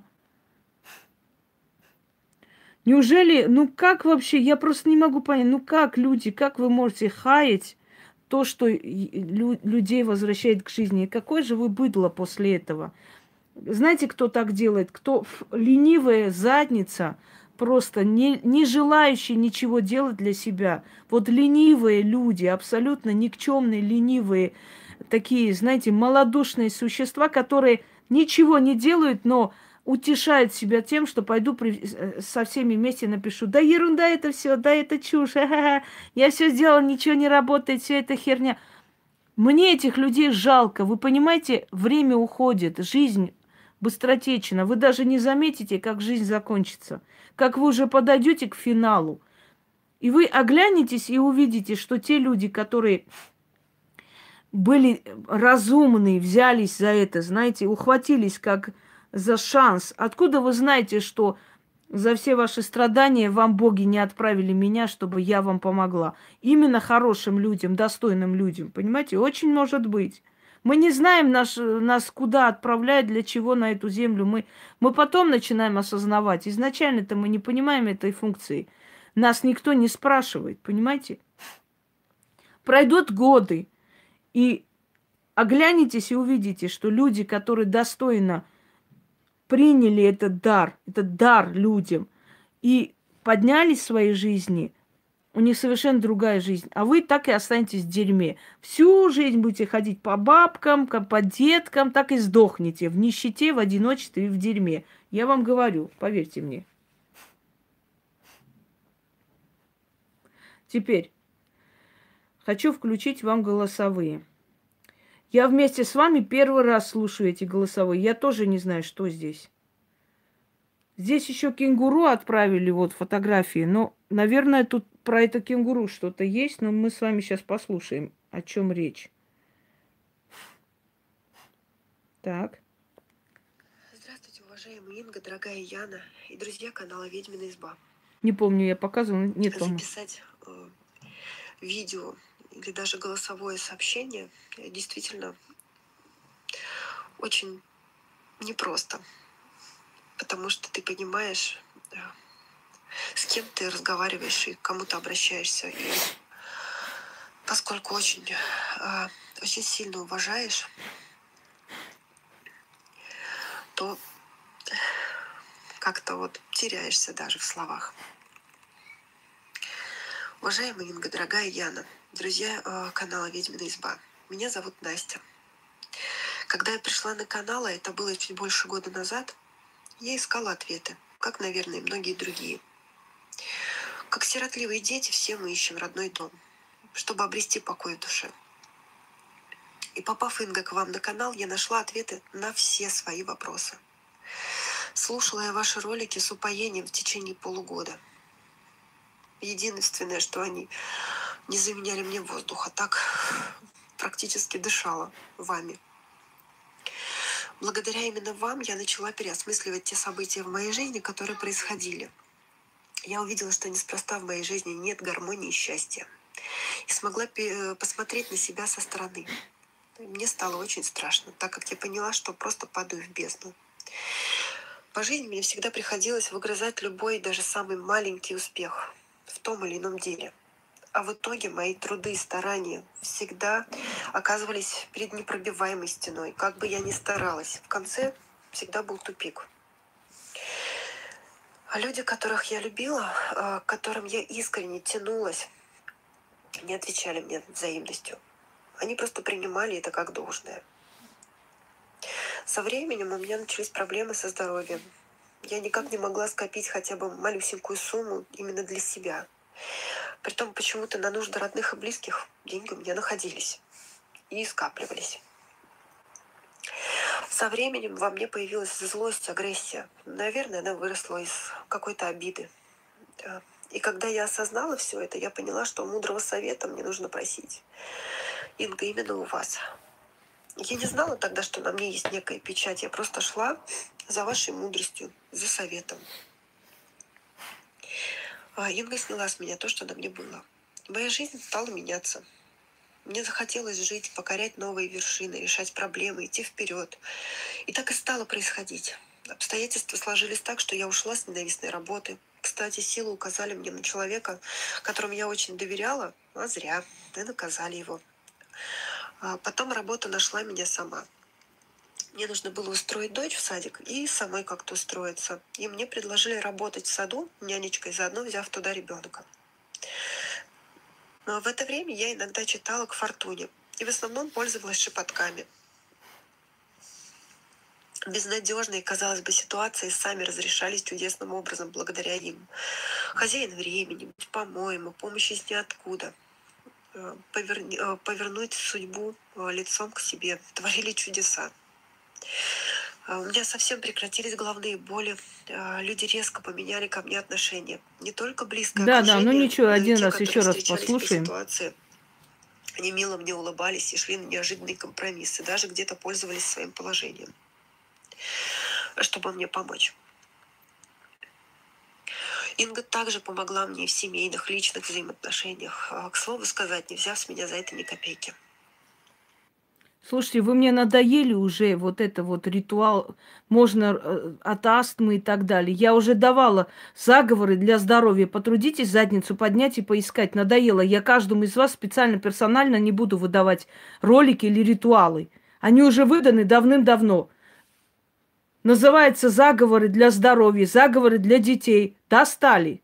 неужели, ну как вообще, я просто не могу понять, ну как люди, как вы можете хаять то, что и- лю- людей возвращает к жизни? Какое же вы быдло после этого? Знаете, кто так делает? Кто ф- ленивая задница, просто не, не желающий ничего делать для себя. Вот ленивые люди, абсолютно никчемные, ленивые, такие, знаете, малодушные существа, которые ничего не делают, но утешают себя тем, что пойду при- э, со всеми вместе напишу. Да ерунда это все, да это чушь, ха-ха-ха. Я все сделал, ничего не работает, все это херня. Мне этих людей жалко. Вы понимаете, время уходит, жизнь быстротечна. Вы даже не заметите, как жизнь закончится. Как вы уже подойдете к финалу. И вы оглянетесь и увидите, что те люди, которые были разумные, взялись за это, знаете, ухватились как за шанс. Откуда вы знаете, что за все ваши страдания вам боги не отправили меня, чтобы я вам помогла? Именно хорошим людям, достойным людям, понимаете? Очень может быть. Мы не знаем, наш, нас куда отправляют, для чего на эту землю. Мы, мы потом начинаем осознавать. Изначально-то мы не понимаем этой функции. Нас никто не спрашивает, понимаете? Пройдут годы, и оглянитесь и увидите, что люди, которые достойно приняли этот дар, этот дар людям и поднялись в своей жизни, у них совершенно другая жизнь. А вы так и останетесь в дерьме. Всю жизнь будете ходить по бабкам, как по деткам, так и сдохнете в нищете, в одиночестве и в дерьме. Я вам говорю, поверьте мне. Теперь хочу включить вам голосовые. Я вместе с вами первый раз слушаю эти голосовые. Я тоже не знаю, что здесь. Здесь еще кенгуру отправили, вот фотографии. Но, наверное, тут про это кенгуру что-то есть, но мы с вами сейчас послушаем, о чем речь. Так. Здравствуйте, уважаемая Инга, дорогая Яна и друзья канала «Ведьмина изба». Не помню, я показывала, нет, по-моему. Записать э, видео или даже голосовое сообщение э, действительно очень непросто, потому что ты понимаешь, э, с кем ты разговариваешь и к кому ты обращаешься. И поскольку очень, а, очень сильно уважаешь, то как-то вот теряешься даже в словах. Уважаемая Инга, дорогая Яна, друзья э, канала «Ведьмина изба», меня зовут Настя. Когда я пришла на канал, а это было чуть больше года назад, я искала ответы, как, наверное, и многие другие. Как сиротливые дети, все мы ищем родной дом, чтобы обрести покой в душе. И попав, Инга, к вам на канал, я нашла ответы на все свои вопросы. Слушала я ваши ролики с упоением в течение полугода. Единственное, что они не заменяли мне воздух, а так практически дышала вами. Благодаря именно вам я начала переосмысливать те события в моей жизни, которые происходили. Я увидела, что неспроста в моей жизни нет гармонии и счастья. И смогла посмотреть на себя со стороны. Мне стало очень страшно, так как я поняла, что просто падаю в бездну. По жизни мне всегда приходилось выгрызать любой, даже самый маленький успех в том или ином деле. А в итоге мои труды и старания всегда оказывались перед непробиваемой стеной. Как бы я ни старалась, в конце всегда был тупик. А люди, которых я любила, к которым я искренне тянулась, не отвечали мне взаимностью. Они просто принимали это как должное. Со временем у меня начались проблемы со здоровьем. Я никак не могла скопить хотя бы малюсенькую сумму именно для себя. Притом почему-то на нужды родных и близких деньги у меня находились и скапливались. Со временем во мне появилась злость, агрессия. Наверное, она выросла из какой-то обиды. И когда я осознала все это, я поняла, что мудрого совета мне нужно просить. Инга, именно у вас. Я не знала тогда, что на мне есть некая печать. Я просто шла за вашей мудростью, за советом. Инга сняла с меня то, что на мне было. Моя жизнь стала меняться. Мне захотелось жить, покорять новые вершины, решать проблемы, идти вперед. И так и стало происходить. Обстоятельства сложились так, что я ушла с ненавистной работы. Кстати, силы указали мне на человека, которому я очень доверяла, а зря. И наказали его. А потом работа нашла меня сама. Мне нужно было устроить дочь в садик и самой как-то устроиться. И мне предложили работать в саду нянечкой, заодно взяв туда ребенка. Но в это время я иногда читала к фортуне и в основном пользовалась шепотками. Безнадежные, казалось бы, ситуации сами разрешались чудесным образом благодаря им. Хозяин времени, по-моему, помощь из ниоткуда. Поверни, повернуть судьбу лицом к себе. Творили чудеса. У меня совсем прекратились головные боли. Люди резко поменяли ко мне отношение. Не только близкое Да, да, ну окружение, ничего, но и один те, раз еще которые раз встречались по послушаем. ситуации. Они мило мне улыбались и шли на неожиданные компромиссы. Даже где-то пользовались своим положением, чтобы мне помочь. Инга также помогла мне в семейных, личных взаимоотношениях. К слову сказать, не взяв с меня за это ни копейки. Слушайте, вы мне надоели уже вот это вот ритуал, можно э, от астмы и так далее. Я уже давала заговоры для здоровья. Потрудитесь задницу поднять и поискать. Надоело. Я каждому из вас специально, персонально не буду выдавать ролики или ритуалы. Они уже выданы давным-давно. Называется заговоры для здоровья, заговоры для детей. Достали.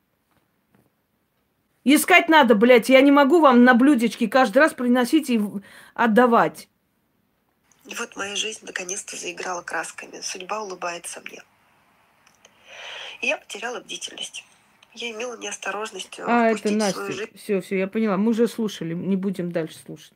Искать надо, блядь. Я не могу вам на блюдечке каждый раз приносить и отдавать. И вот моя жизнь наконец-то заиграла красками. Судьба улыбается мне. И я потеряла бдительность. Я имела неосторожность А, это впустить в свою Настя. жизнь. Все, все, я поняла. Мы уже слушали, не будем дальше слушать.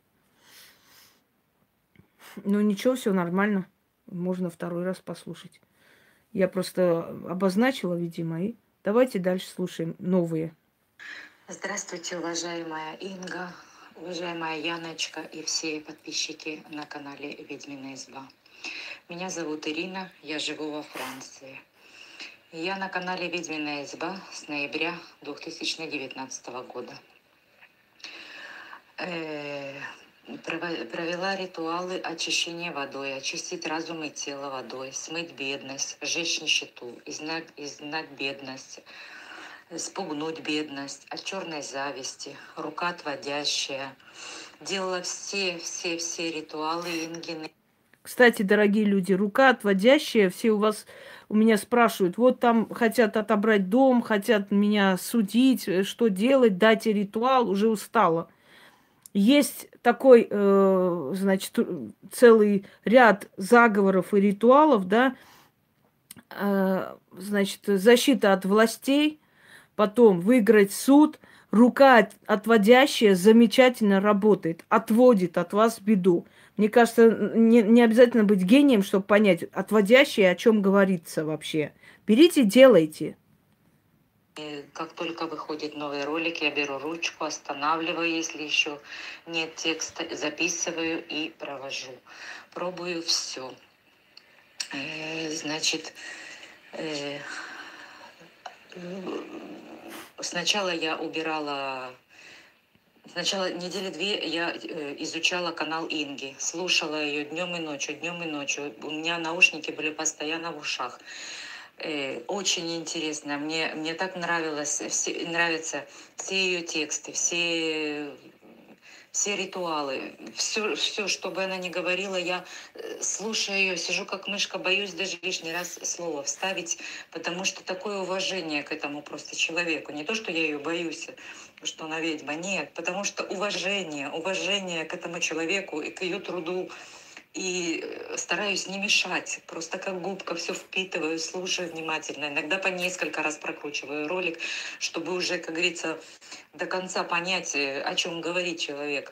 Ну ничего, все нормально. Можно второй раз послушать. Я просто обозначила, видимо, и давайте дальше слушаем новые. Здравствуйте, уважаемая Инга, уважаемая Яночка и все подписчики на канале «Ведьмина изба». Меня зовут Ирина, я живу во Франции. Я на канале «Ведьмина изба» с ноября две тысячи девятнадцатого года. Э, провела ритуалы очищения водой, очистить разум и тело водой, смыть бедность, сжечь нищету, изгнать, изгнать бедность, спугнуть бедность, от черной зависти, рука отводящая. Делала все, все, все ритуалы Ингины. Кстати, дорогие люди, рука отводящая, все у вас у меня спрашивают, вот там хотят отобрать дом, хотят меня судить, э, что делать, дайте ритуал, уже устала. Есть такой, э, значит, э, целый ряд заговоров и ритуалов, да, э, значит, защита от властей, потом выиграть суд, рука от- отводящая замечательно работает, отводит от вас беду. Мне кажется, не, не обязательно быть гением, чтобы понять, отводящая, о чем говорится вообще. Берите, делайте. И как только выходит новый ролик, я беру ручку, останавливаю, если еще нет текста, записываю и провожу. Пробую все. Значит, э, сначала я убирала, сначала недели две я э, изучала канал Инги, слушала ее днем и ночью, днем и ночью. У меня наушники были постоянно в ушах. Э, очень интересно, мне, мне так нравилось, все, нравятся все ее тексты, все, все ритуалы, все, все, что бы она ни говорила, я э, слушаю ее, сижу как мышка, боюсь даже лишний раз слово вставить, потому что такое уважение к этому просто человеку. Не то, что я ее боюсь, что она ведьма, нет, потому что уважение, уважение к этому человеку и к ее труду. И стараюсь не мешать, просто как губка все впитываю, слушаю внимательно. Иногда по несколько раз прокручиваю ролик, чтобы уже, как говорится, до конца понять, э, о чем говорит человек.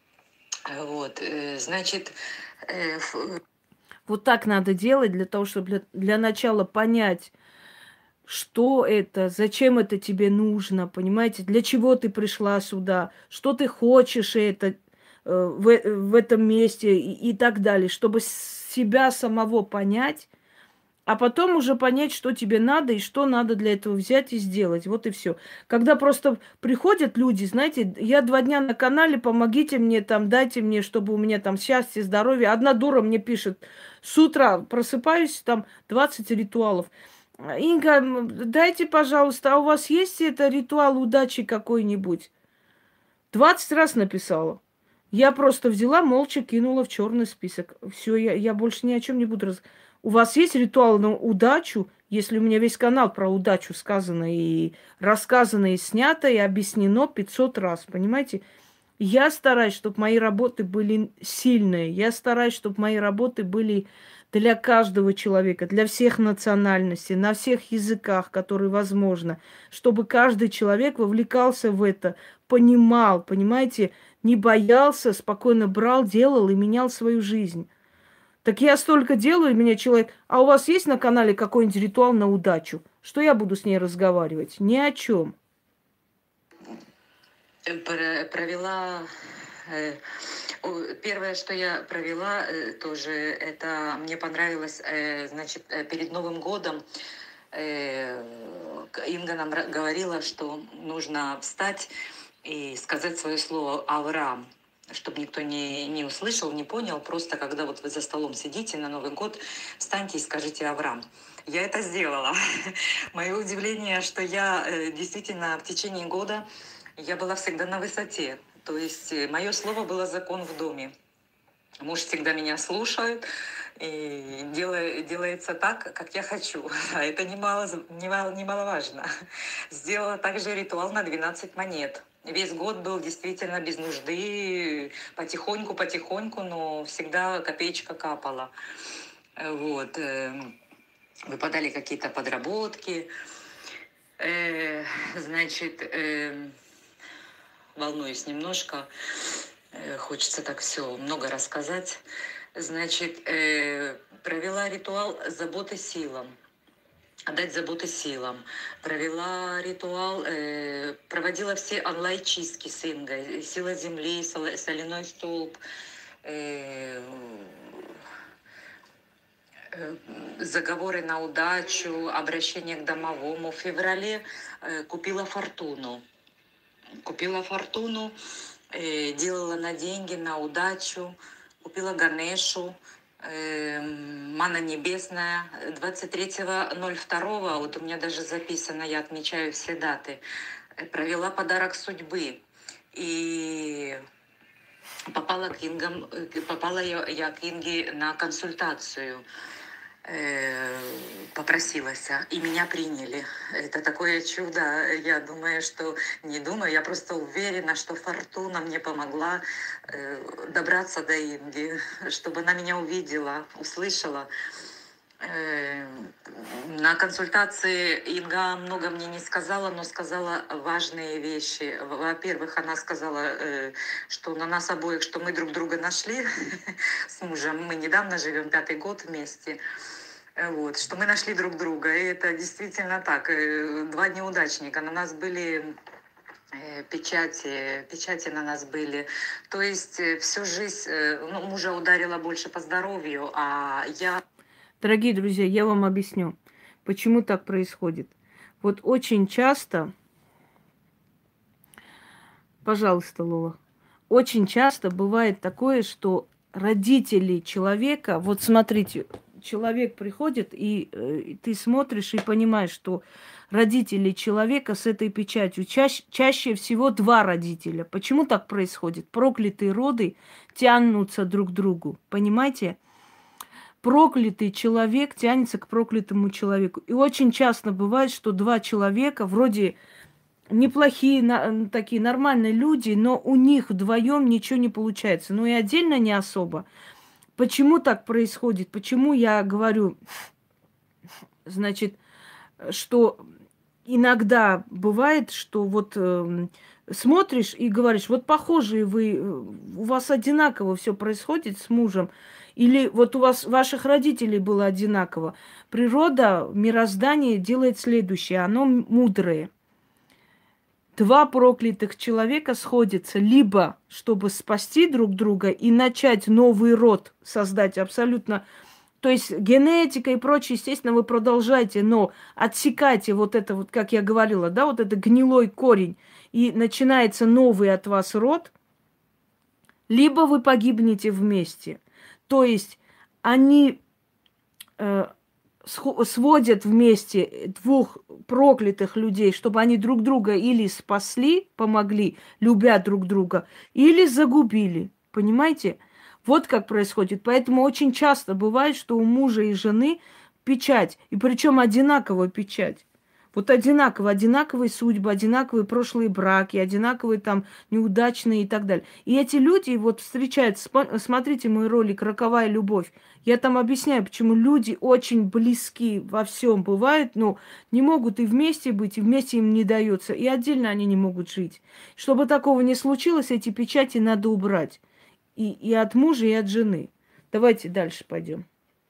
Вот, э, значит, э, ф- Вот так надо делать для того, чтобы для, для начала понять, что это, зачем это тебе нужно, понимаете, для чего ты пришла сюда, что ты хочешь это, э, в, в этом месте и, и так далее, чтобы себя самого понять, а потом уже понять, что тебе надо и что надо для этого взять и сделать. Вот и все. Когда просто приходят люди, знаете, я два дня на канале, помогите мне там, дайте мне, чтобы у меня там счастье, здоровье. Одна дура мне пишет, с утра просыпаюсь, там двадцать ритуалов. Инга, м, дайте, пожалуйста, а у вас есть это ритуал удачи какой-нибудь? Двадцать раз написала. Я просто взяла, молча кинула в черный список. Все, я, я больше ни о чем не буду раз. У вас есть ритуал на удачу? Если у меня весь канал про удачу сказано и рассказано, и снято, и объяснено пятьсот раз, понимаете? Я стараюсь, чтобы мои работы были сильные. Я стараюсь, чтобы мои работы были для каждого человека, для всех национальностей, на всех языках, которые возможно. Чтобы каждый человек вовлекался в это, понимал, понимаете, не боялся, спокойно брал, делал и менял свою жизнь. Так я столько делаю, и меня человек... А у вас есть на канале какой-нибудь ритуал на удачу? Что я буду с ней разговаривать? Ни о чем. Про- провела... э, о, Первое, что я провела э, тоже, это мне понравилось, э, значит, э, перед Новым годом э, к- Инга нам ра- говорила, что нужно встать и сказать свое слово «Авраам», чтобы никто не, не услышал, не понял. Просто когда вот вы за столом сидите на Новый год, встаньте и скажите «Авраам». Я это сделала. Мое удивление, что я э, действительно в течение года я была всегда на высоте. То есть мое слово было закон в доме. Муж всегда меня слушает, и делает, делается так, как я хочу. А это немало, немало, немаловажно. Сделала также ритуал на двенадцать монет. Весь год был действительно без нужды, потихоньку-потихоньку, но всегда копеечка капала. Вот. э, Выпадали какие-то подработки. Э, Значит, э, волнуюсь немножко. Э, Хочется так все много рассказать. Значит, э, провела ритуал заботы силам. Отдать заботы силам. Провела ритуал, э, проводила все онлайн-чистки с Ингой. Сила земли, соло- соляной столб, э, э, заговоры на удачу, обращение к домовому. В феврале э, купила фортуну. Купила фортуну, э, делала на деньги, на удачу. Купила Ганешу, Эм, Мана небесная, двадцать третьего ноль второго, вот у меня даже записано, я отмечаю все даты, э, провела подарок судьбы. И попала к Ингам, э, попала я, я к Инге на консультацию. Э, Попросилась, а, и меня приняли. Это такое чудо. Я думаю, что не думаю, я просто уверена, что фортуна мне помогла э, добраться до Инги, чтобы она меня увидела, услышала. Э, На консультации Инга много мне не сказала, но сказала важные вещи. Во-первых, она сказала, э, что на нас обоих, что мы друг друга нашли с мужем. Мы недавно живем, пятый год вместе. Э, Вот, что мы нашли друг друга. И это действительно так. Э, Два неудачника. На нас были э, печати, печати на нас были. То есть э, всю жизнь, э, ну, мужа ударила больше по здоровью, а я... Дорогие друзья, я вам объясню, почему так происходит. Вот очень часто, пожалуйста, Лола, очень часто бывает такое, что родители человека, вот смотрите, человек приходит, и э, ты смотришь и понимаешь, что родители человека с этой печатью, чаще, чаще всего два родителя. Почему так происходит? Проклятые роды тянутся друг к другу, понимаете? Проклятый человек тянется к проклятому человеку. И очень часто бывает, что два человека, вроде неплохие, на, такие нормальные люди, но у них вдвоем ничего не получается. Ну и отдельно не особо. Почему так происходит? Почему я говорю, значит, что иногда бывает, что вот э, смотришь и говоришь, вот похожие вы, э, у вас одинаково все происходит с мужем, или вот у вас, ваших родителей было одинаково. Природа, мироздание делает следующее, оно мудрое. Два проклятых человека сходятся либо, чтобы спасти друг друга и начать новый род создать абсолютно. То есть генетика и прочее, естественно, вы продолжаете, но отсекайте вот это вот, как я говорила, да, вот это гнилой корень, и начинается новый от вас род, либо вы погибнете вместе. То есть они э, сводят вместе двух проклятых людей, чтобы они друг друга или спасли, помогли, любя друг друга, или загубили. Понимаете? Вот как происходит. Поэтому очень часто бывает, что у мужа и жены печать, и причем одинаковая печать. Вот одинаково, одинаковые судьбы, одинаковые прошлые браки, одинаковые там неудачные и так далее. И эти люди вот встречаются, смотрите мой ролик «Роковая любовь». Я там объясняю, почему люди очень близки во всем бывают, но не могут и вместе быть, и вместе им не дается, и отдельно они не могут жить. Чтобы такого не случилось, эти печати надо убрать. И, и от мужа, и от жены. Давайте дальше пойдем.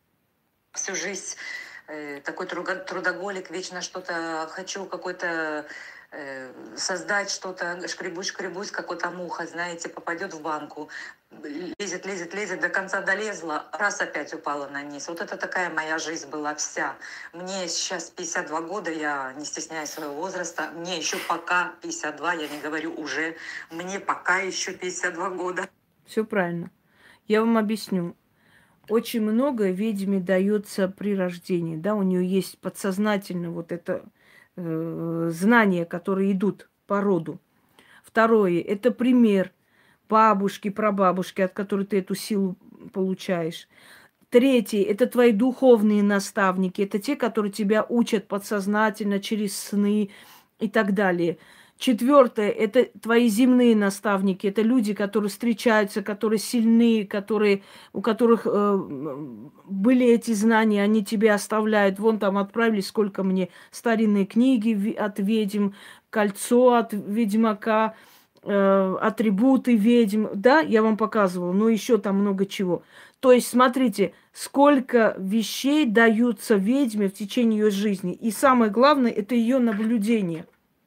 Всю жизнь э, такой трудоголик, вечно что-то хочу, какой-то э, создать что-то, шкребусь, шкребусь, как вот муха, знаете, попадет в банку, лезет, лезет, лезет, до конца долезла, раз опять упала на низ. Вот это такая моя жизнь была вся. Мне сейчас пятьдесят два года, я не стесняюсь своего возраста, мне еще пока пятьдесят два, я не говорю уже, мне пока еще пятьдесят два года. Все правильно. Я вам объясню. Очень много ведьме дается при рождении, да, у нее есть подсознательно вот это э, знания, которые идут по роду. Второе, это пример бабушки, прабабушки, от которой ты эту силу получаешь. Третье, это твои духовные наставники, это те, которые тебя учат подсознательно через сны и так далее. Четвертое, это твои земные наставники, это люди, которые встречаются, которые сильны, которые, у которых э, были эти знания, они тебе оставляют. Вон там отправили, сколько мне старинные книги от ведьм, кольцо от ведьмака, э, атрибуты ведьм. Да, я вам показывала, но еще там много чего. То есть, смотрите, сколько вещей даются ведьме в течение ее жизни. И самое главное, это ее наблюдение.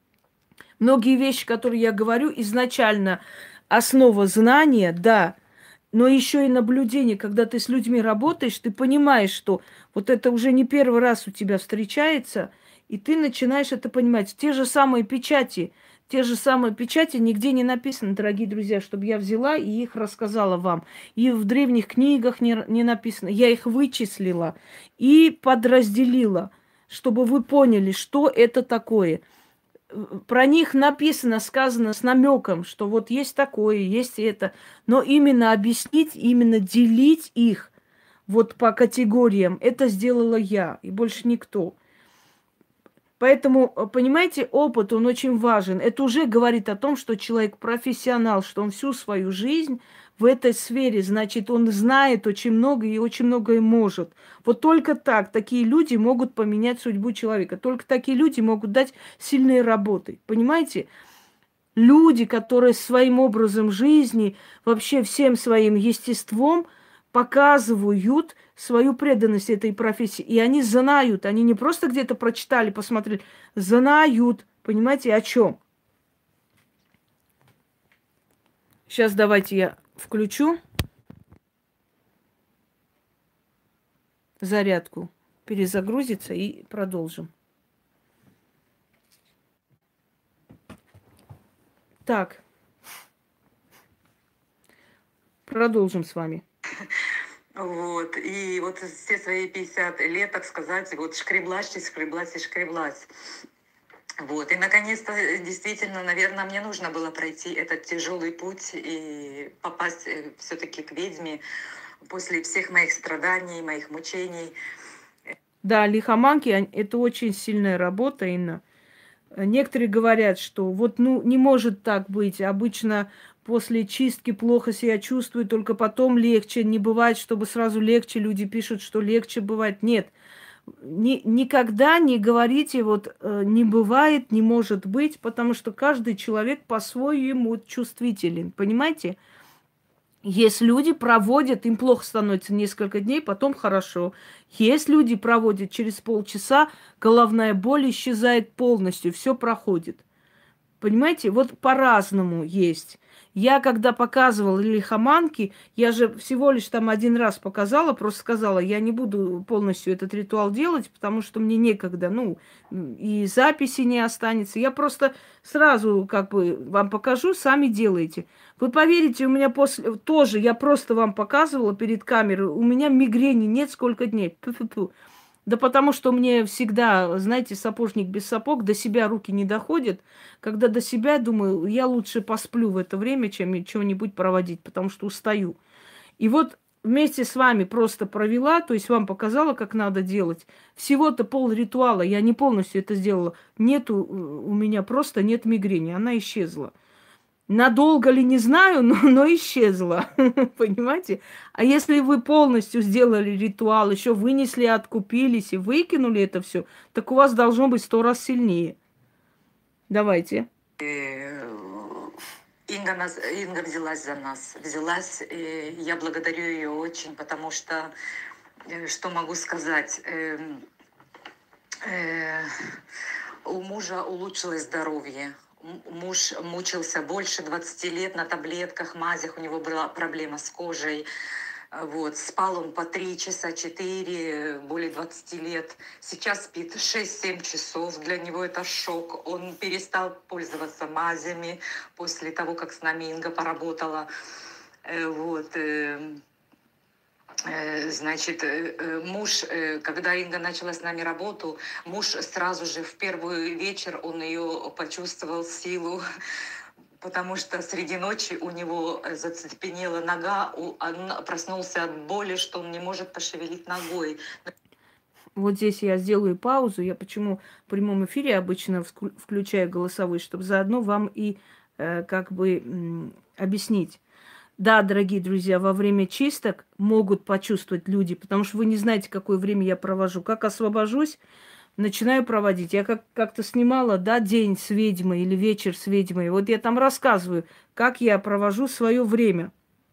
Многие вещи, которые я говорю, изначально основа знания, да, но еще и наблюдение. Когда ты с людьми работаешь, ты понимаешь, что вот это уже не первый раз у тебя встречается, и ты начинаешь это понимать. Те же самые печати. Те же самые печати нигде не написано, дорогие друзья, чтобы я взяла и их рассказала вам. И в древних книгах не, не написано. Я их вычислила и подразделила, чтобы вы поняли, что это такое. Про них написано, сказано с намеком, что вот есть такое, есть это. Но именно объяснить, именно делить их вот по категориям, это сделала я и больше никто. Поэтому, понимаете, опыт, он очень важен. Это уже говорит о том, что человек профессионал, что он всю свою жизнь в этой сфере, значит, он знает очень много и очень многое может. Вот только так такие люди могут поменять судьбу человека. Только такие люди могут дать сильные работы. Понимаете? Люди, которые своим образом жизни, вообще всем своим естеством показывают свою преданность этой профессии. И они знают, они не просто где-то прочитали, посмотрели, знают, понимаете, о чем. Сейчас давайте я включу зарядку, перезагрузится и продолжим. Так, продолжим с вами. Вот, и вот все свои пятьдесят лет, так сказать, вот шкреблась, и шкреблась и шкреблась. Вот, и наконец-то, действительно, наверное, мне нужно было пройти этот тяжелый путь и попасть все-таки к ведьме после всех моих страданий, моих мучений. Да, лихоманки – это очень сильная работа, Инна. Некоторые говорят, что вот ну не может так быть. Обычно после чистки плохо себя чувствую, только потом легче. Не бывает, чтобы сразу легче. Люди пишут, что легче бывает. Нет. Ни, никогда не говорите, вот э, не бывает, не может быть, потому что каждый человек по-своему чувствителен. Понимаете? Есть люди, проводят, им плохо становится несколько дней, потом хорошо. Есть люди, проводят через полчаса, головная боль исчезает полностью, все проходит. Понимаете, вот по-разному есть. Я, когда показывала лихоманки, я же всего лишь там один раз показала, просто сказала, я не буду полностью этот ритуал делать, потому что мне некогда, ну, и записи не останется. Я просто сразу как бы вам покажу, сами делайте. Вы поверите, у меня после тоже, я просто вам показывала перед камерой, у меня мигрени нет сколько дней. Пу-пу-пу. Да потому что мне всегда, знаете, сапожник без сапог, до себя руки не доходят. Когда до себя, думаю, я лучше посплю в это время, чем чего-нибудь проводить, потому что устаю. И вот вместе с вами просто провела, то есть вам показала, как надо делать. Всего-то пол ритуала, я не полностью это сделала. Нету у меня просто нет мигрени, она исчезла. Надолго ли, не знаю, но, но исчезла, понимаете? А если вы полностью сделали ритуал, еще вынесли, откупились и выкинули это все, так у вас должно быть сто раз сильнее. Давайте. Инга, нас, Инга взялась за нас, взялась, и я благодарю ее очень, потому что, что могу сказать, э, э, у мужа улучшилось здоровье. Муж мучился больше двадцати лет на таблетках, мазях, у него была проблема с кожей. Вот. Спал он по три часа, четыре, более двадцати лет. Сейчас спит шесть-семь часов. Для него это шок. Он перестал пользоваться мазями после того, как с нами Инга поработала. Вот. Значит, муж, когда Инга начала с нами работу, муж сразу же в первый вечер, он ее почувствовал силу, потому что среди ночи у него зацепенела нога, он проснулся от боли, что он не может пошевелить ногой. Вот здесь я сделаю паузу. Я почему в прямом эфире обычно включаю голосовые, чтобы заодно вам и э, как бы м, объяснить. Да, дорогие друзья, во время чисток могут почувствовать люди, потому что вы не знаете, какое время я провожу. Как освобожусь, начинаю проводить. Я как- как-то снимала, да, день с ведьмой или вечер с ведьмой. Вот я там рассказываю, как я провожу свое время.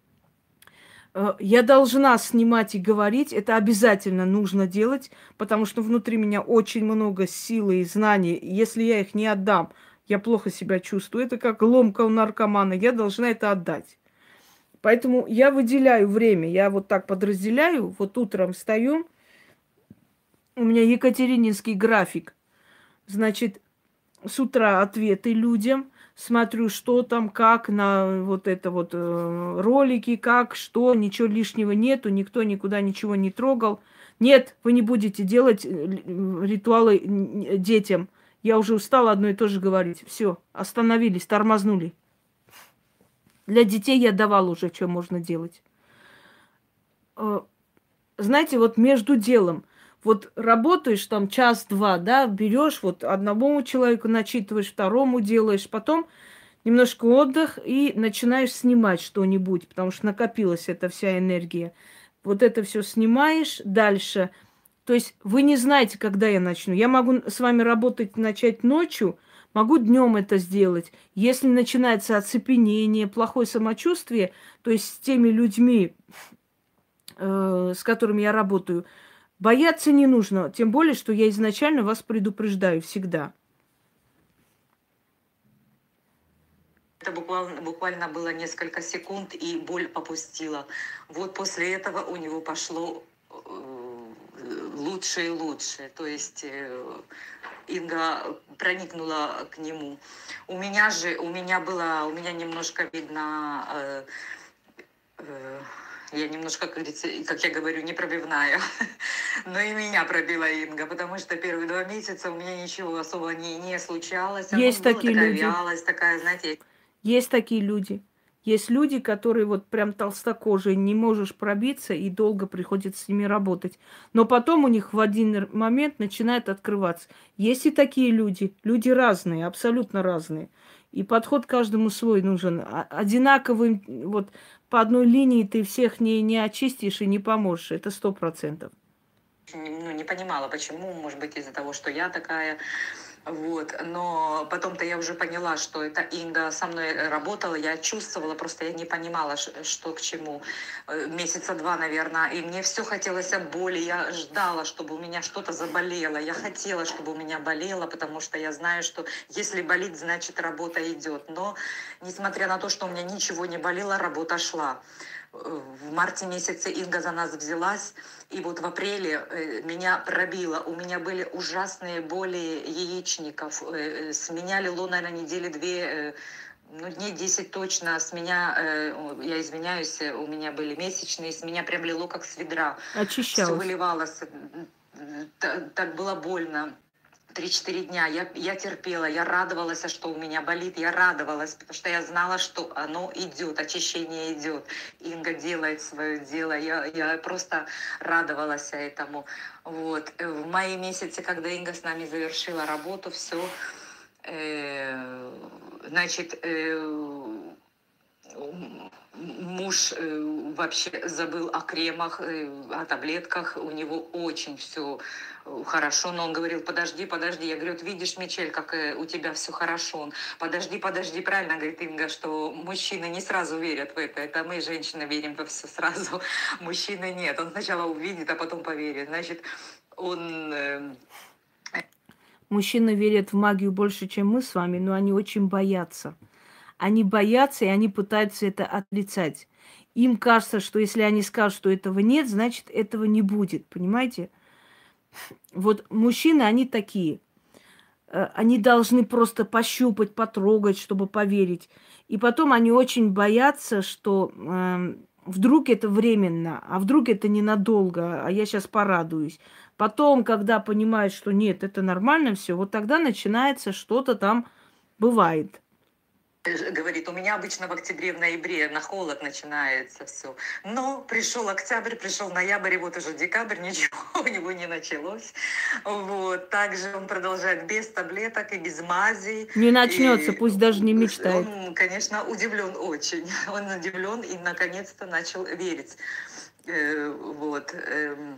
Я должна снимать и говорить, это обязательно нужно делать, потому что внутри меня очень много силы и знаний. Если я их не отдам, я плохо себя чувствую. Это как ломка у наркомана, я должна это отдать. Поэтому я выделяю время, я вот так подразделяю, вот утром встаю, у меня екатерининский график, значит, с утра ответы людям, смотрю, что там, как на вот это вот э, ролики, как, что, ничего лишнего нету, никто никуда ничего не трогал. Нет, вы не будете делать э, л- ритуалы н- детям. Я уже устала одно и то же говорить. Все, остановились, тормознули. Для детей я давала уже, что можно делать. Э, Знаете, вот между делом, вот работаешь там час-два, да, берешь вот одному человеку начитываешь, второму делаешь, потом немножко отдых и начинаешь снимать что-нибудь, потому что накопилась эта вся энергия. Вот это все снимаешь дальше. То есть вы не знаете, когда я начну. Я могу с вами работать, начать ночью, могу днем это сделать. Если начинается оцепенение, плохое самочувствие, то есть с теми людьми, э, с которыми я работаю, бояться не нужно. Тем более, что я изначально вас предупреждаю всегда. Это буквально, буквально было несколько секунд, и боль попустила. Вот после этого у него пошло э, лучше и лучше. То есть э, Инга проникнула к нему. У меня же, у меня было, у меня немножко видно, э, э, я немножко, как говорится, как я говорю, непробивная. Но и меня пробила Инга, потому что первые два месяца у меня ничего особо не, не случалось. Ну, Есть была такие такая люди. вялость, такая, знаете, Есть такие люди. Есть люди, которые вот прям толстокожие, не можешь пробиться, и долго приходится с ними работать. Но потом у них в один р- момент начинает открываться. Есть и такие люди. Люди разные, абсолютно разные. И подход каждому свой нужен. А- Одинаковым, вот по одной линии ты всех не, не очистишь и не поможешь. Это сто процентов. не- ну, не понимала, почему, может быть, из-за того, что я такая, вот, но потом-то я уже поняла, что это Инга со мной работала, я чувствовала, просто я не понимала, ш- что к чему. Э, Месяца два, наверное, и мне все хотелось от боли, я ждала, чтобы у меня что-то заболело, я хотела, чтобы у меня болело, потому что я знаю, что если болит, значит, работа идет, но, несмотря на то, что у меня ничего не болело, работа шла. В марте месяце Инга за нас взялась, и вот в апреле э, меня пробило. У меня были ужасные боли яичников. Э, э, С меня лило, наверное, недели две, э, ну, дней десять точно. С меня, э, о, я извиняюсь, э, у меня были месячные, с меня прям лило, как с ведра. Все Очищалась. выливалось. Так, так было больно. Три-четыре дня я, я терпела, я радовалась, что у меня болит, я радовалась, потому что я знала, что оно идет, очищение идет. Инга делает свое дело, я, я просто радовалась этому. Вот. В мае месяце, когда Инга с нами завершила работу, все, э, значит, э, муж э, вообще забыл о кремах, э, о таблетках, у него очень все хорошо, но он говорил, подожди, подожди, я говорю, вот видишь, Мичель, как э, у тебя все хорошо, он, подожди, подожди, правильно говорит Инга, что мужчины не сразу верят в это, это мы, женщины, верим во все сразу, мужчины нет, он сначала увидит, а потом поверит, значит, он... э, Мужчины верят в магию больше, чем мы с вами, но они очень боятся. Они боятся, и они пытаются это отрицать. Им кажется, что если они скажут, что этого нет, значит, этого не будет. Понимаете? Вот мужчины, они такие. Э, Они должны просто пощупать, потрогать, чтобы поверить. И потом они очень боятся, что эм, вдруг это временно, а вдруг это ненадолго, а я сейчас порадуюсь. Потом, когда понимают, что нет, это нормально все, вот тогда начинается что-то там бывает. Говорит, у меня обычно в октябре, в ноябре на холод начинается все. Но пришел октябрь, пришел ноябрь, и вот уже декабрь, ничего у него не началось. Вот. Также он продолжает без таблеток и без мазей. Не начнется, И пусть даже не мечтает. он, конечно, удивлен очень. Он удивлен и наконец-то начал верить. Э, Вот. Эм,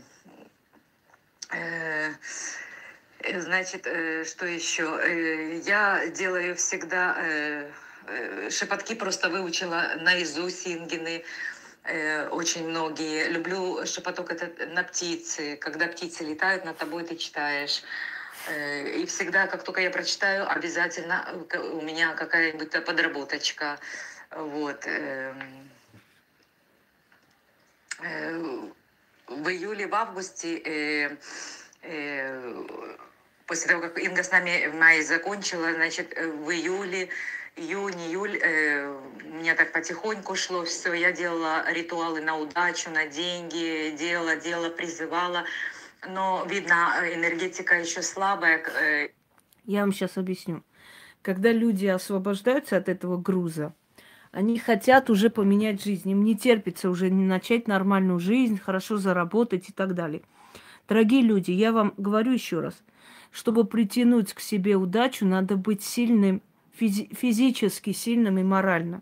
э, Э, Значит, э, что еще? Э, Я делаю всегда э, э, шепотки, просто выучила наизусть Ингины, э, очень многие. Люблю шепоток этот на птицы. Когда птицы летают над тобой, ты читаешь. Э, И всегда, как только я прочитаю, обязательно э, к- у меня какая-нибудь подработочка. Вот. эм, э, В июле, в августе, э, э, после того, как Инга с нами в мае закончила, значит, э, в июле июнь, июль, э, у меня так потихоньку шло все. Я делала ритуалы на удачу, на деньги, делала, делала, призывала. Но, видно, энергетика еще слабая. э, Я вам сейчас объясню. Когда люди освобождаются от этого груза, они хотят уже поменять жизнь. Им не терпится уже начать нормальную жизнь, хорошо заработать и так далее. Дорогие люди, я вам говорю еще раз. Чтобы притянуть к себе удачу, надо быть сильным, физи- физически сильным и морально.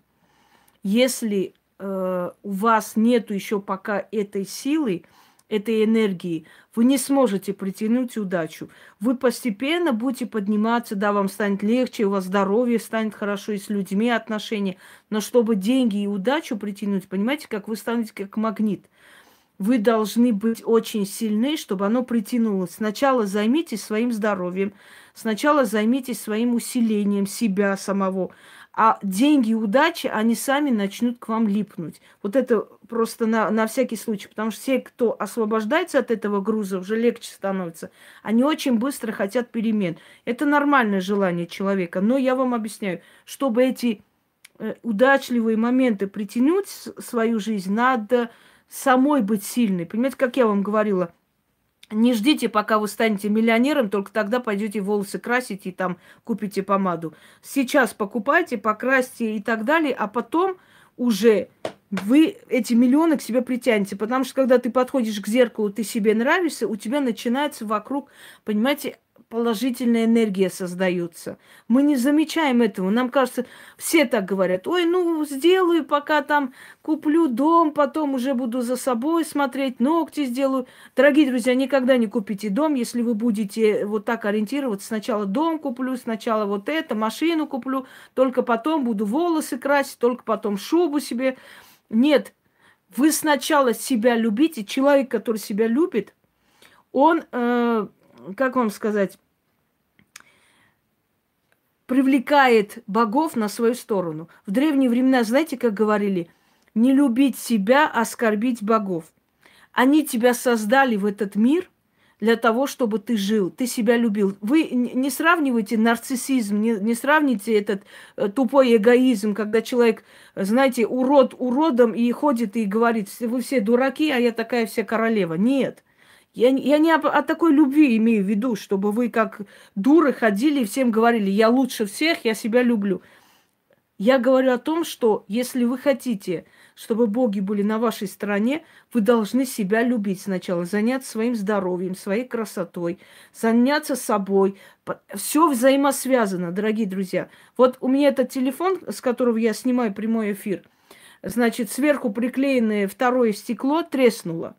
Если э, у вас нет еще пока этой силы, этой энергии, вы не сможете притянуть удачу. Вы постепенно будете подниматься, да, вам станет легче, у вас здоровье станет хорошо, и с людьми отношения. Но чтобы деньги и удачу притянуть, понимаете, как вы станете как магнит. Вы должны быть очень сильны, чтобы оно притянулось. Сначала займитесь своим здоровьем, сначала займитесь своим усилением себя самого. А деньги и удача, они сами начнут к вам липнуть. Вот это просто на, на всякий случай. Потому что все, кто освобождается от этого груза, уже легче становится. Они очень быстро хотят перемен. Это нормальное желание человека. Но я вам объясняю, чтобы эти э, удачливые моменты притянуть в свою жизнь, надо самой быть сильной. Понимаете, как я вам говорила, не ждите, пока вы станете миллионером, только тогда пойдете волосы красить и там купите помаду. Сейчас покупайте, покрасьте и так далее, а потом уже вы эти миллионы к себе притянете. Потому что когда ты подходишь к зеркалу, ты себе нравишься, у тебя начинается вокруг, понимаете, положительная энергия создается. Мы не замечаем этого. Нам кажется, все так говорят. Ой, ну сделаю, пока там куплю дом, потом уже буду за собой смотреть, ногти сделаю. Дорогие друзья, никогда не купите дом, если вы будете вот так ориентироваться. Сначала дом куплю, сначала вот это, машину куплю, только потом буду волосы красить, только потом шубу себе. Нет, вы сначала себя любите. Человек, который себя любит, он, э, как вам сказать, привлекает богов на свою сторону. В древние времена, знаете, как говорили, не любить себя, а оскорбить богов. Они тебя создали в этот мир для того, чтобы ты жил, ты себя любил. Вы не сравнивайте нарциссизм, не, не сравните этот э, тупой эгоизм, когда человек, знаете, урод уродом и ходит и говорит, вы все дураки, а я такая вся королева. Нет. Я, я не о, о такой любви имею в виду, чтобы вы как дуры ходили и всем говорили, я лучше всех, я себя люблю. Я говорю о том, что если вы хотите, чтобы боги были на вашей стороне, вы должны себя любить сначала, заняться своим здоровьем, своей красотой, заняться собой. Все взаимосвязано, дорогие друзья. Вот у меня этот телефон, с которого я снимаю прямой эфир, значит, сверху приклеенное второе стекло треснуло.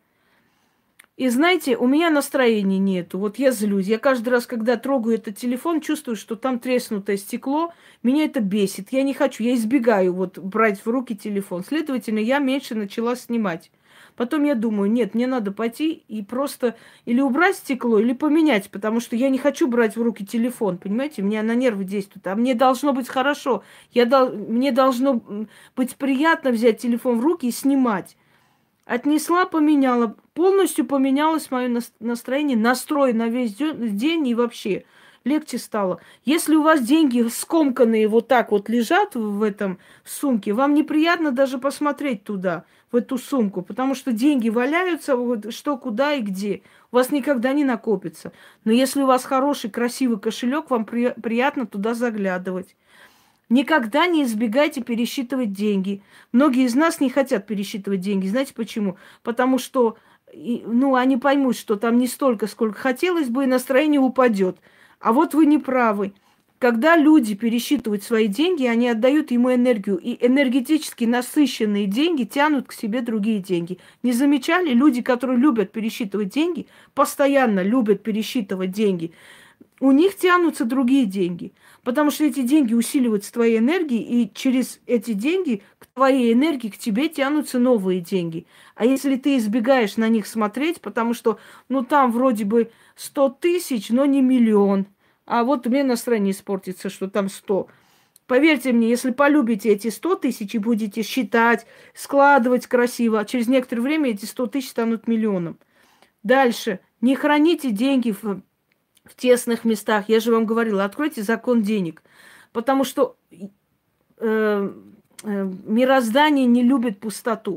И знаете, у меня настроения нету. Вот я злюсь. Я каждый раз, когда трогаю этот телефон, чувствую, что там треснутое стекло. Меня это бесит. Я не хочу. Я избегаю вот брать в руки телефон. Следовательно, я меньше начала снимать. Потом я думаю, нет, мне надо пойти и просто или убрать стекло, или поменять, потому что я не хочу брать в руки телефон, понимаете? Мне на нервы действует. А мне должно быть хорошо. Я дол... Мне должно быть приятно взять телефон в руки и снимать. Отнесла, поменяла. Полностью поменялось мое настроение, настрой на весь день и вообще легче стало. Если у вас деньги скомканные вот так вот лежат в этом сумке, вам неприятно даже посмотреть туда, в эту сумку, потому что деньги валяются, вот, что, куда и где. У вас никогда не накопится. Но если у вас хороший, красивый кошелек, вам при, приятно туда заглядывать. Никогда не избегайте пересчитывать деньги. Многие из нас не хотят пересчитывать деньги. Знаете почему? Потому что ну, они поймут, что там не столько, сколько хотелось бы, и настроение упадет. А вот вы не правы. Когда люди пересчитывают свои деньги, они отдают ему энергию. И энергетически насыщенные деньги тянут к себе другие деньги. Не замечали? Люди, которые любят пересчитывать деньги, постоянно любят пересчитывать деньги, у них тянутся другие деньги. Потому что эти деньги усиливаются твоей энергией, и через эти деньги к твоей энергии, к тебе тянутся новые деньги. А если ты избегаешь на них смотреть, потому что, ну, там вроде бы сто тысяч, но не миллион. А вот у меня настроение испортится, что там сто. Поверьте мне, если полюбите эти сто тысяч и будете считать, складывать красиво, через некоторое время эти сто тысяч станут миллионом. Дальше. Не храните деньги в... в тесных местах. Я же вам говорила, откройте закон денег. Потому что э, э, мироздание не любит пустоту.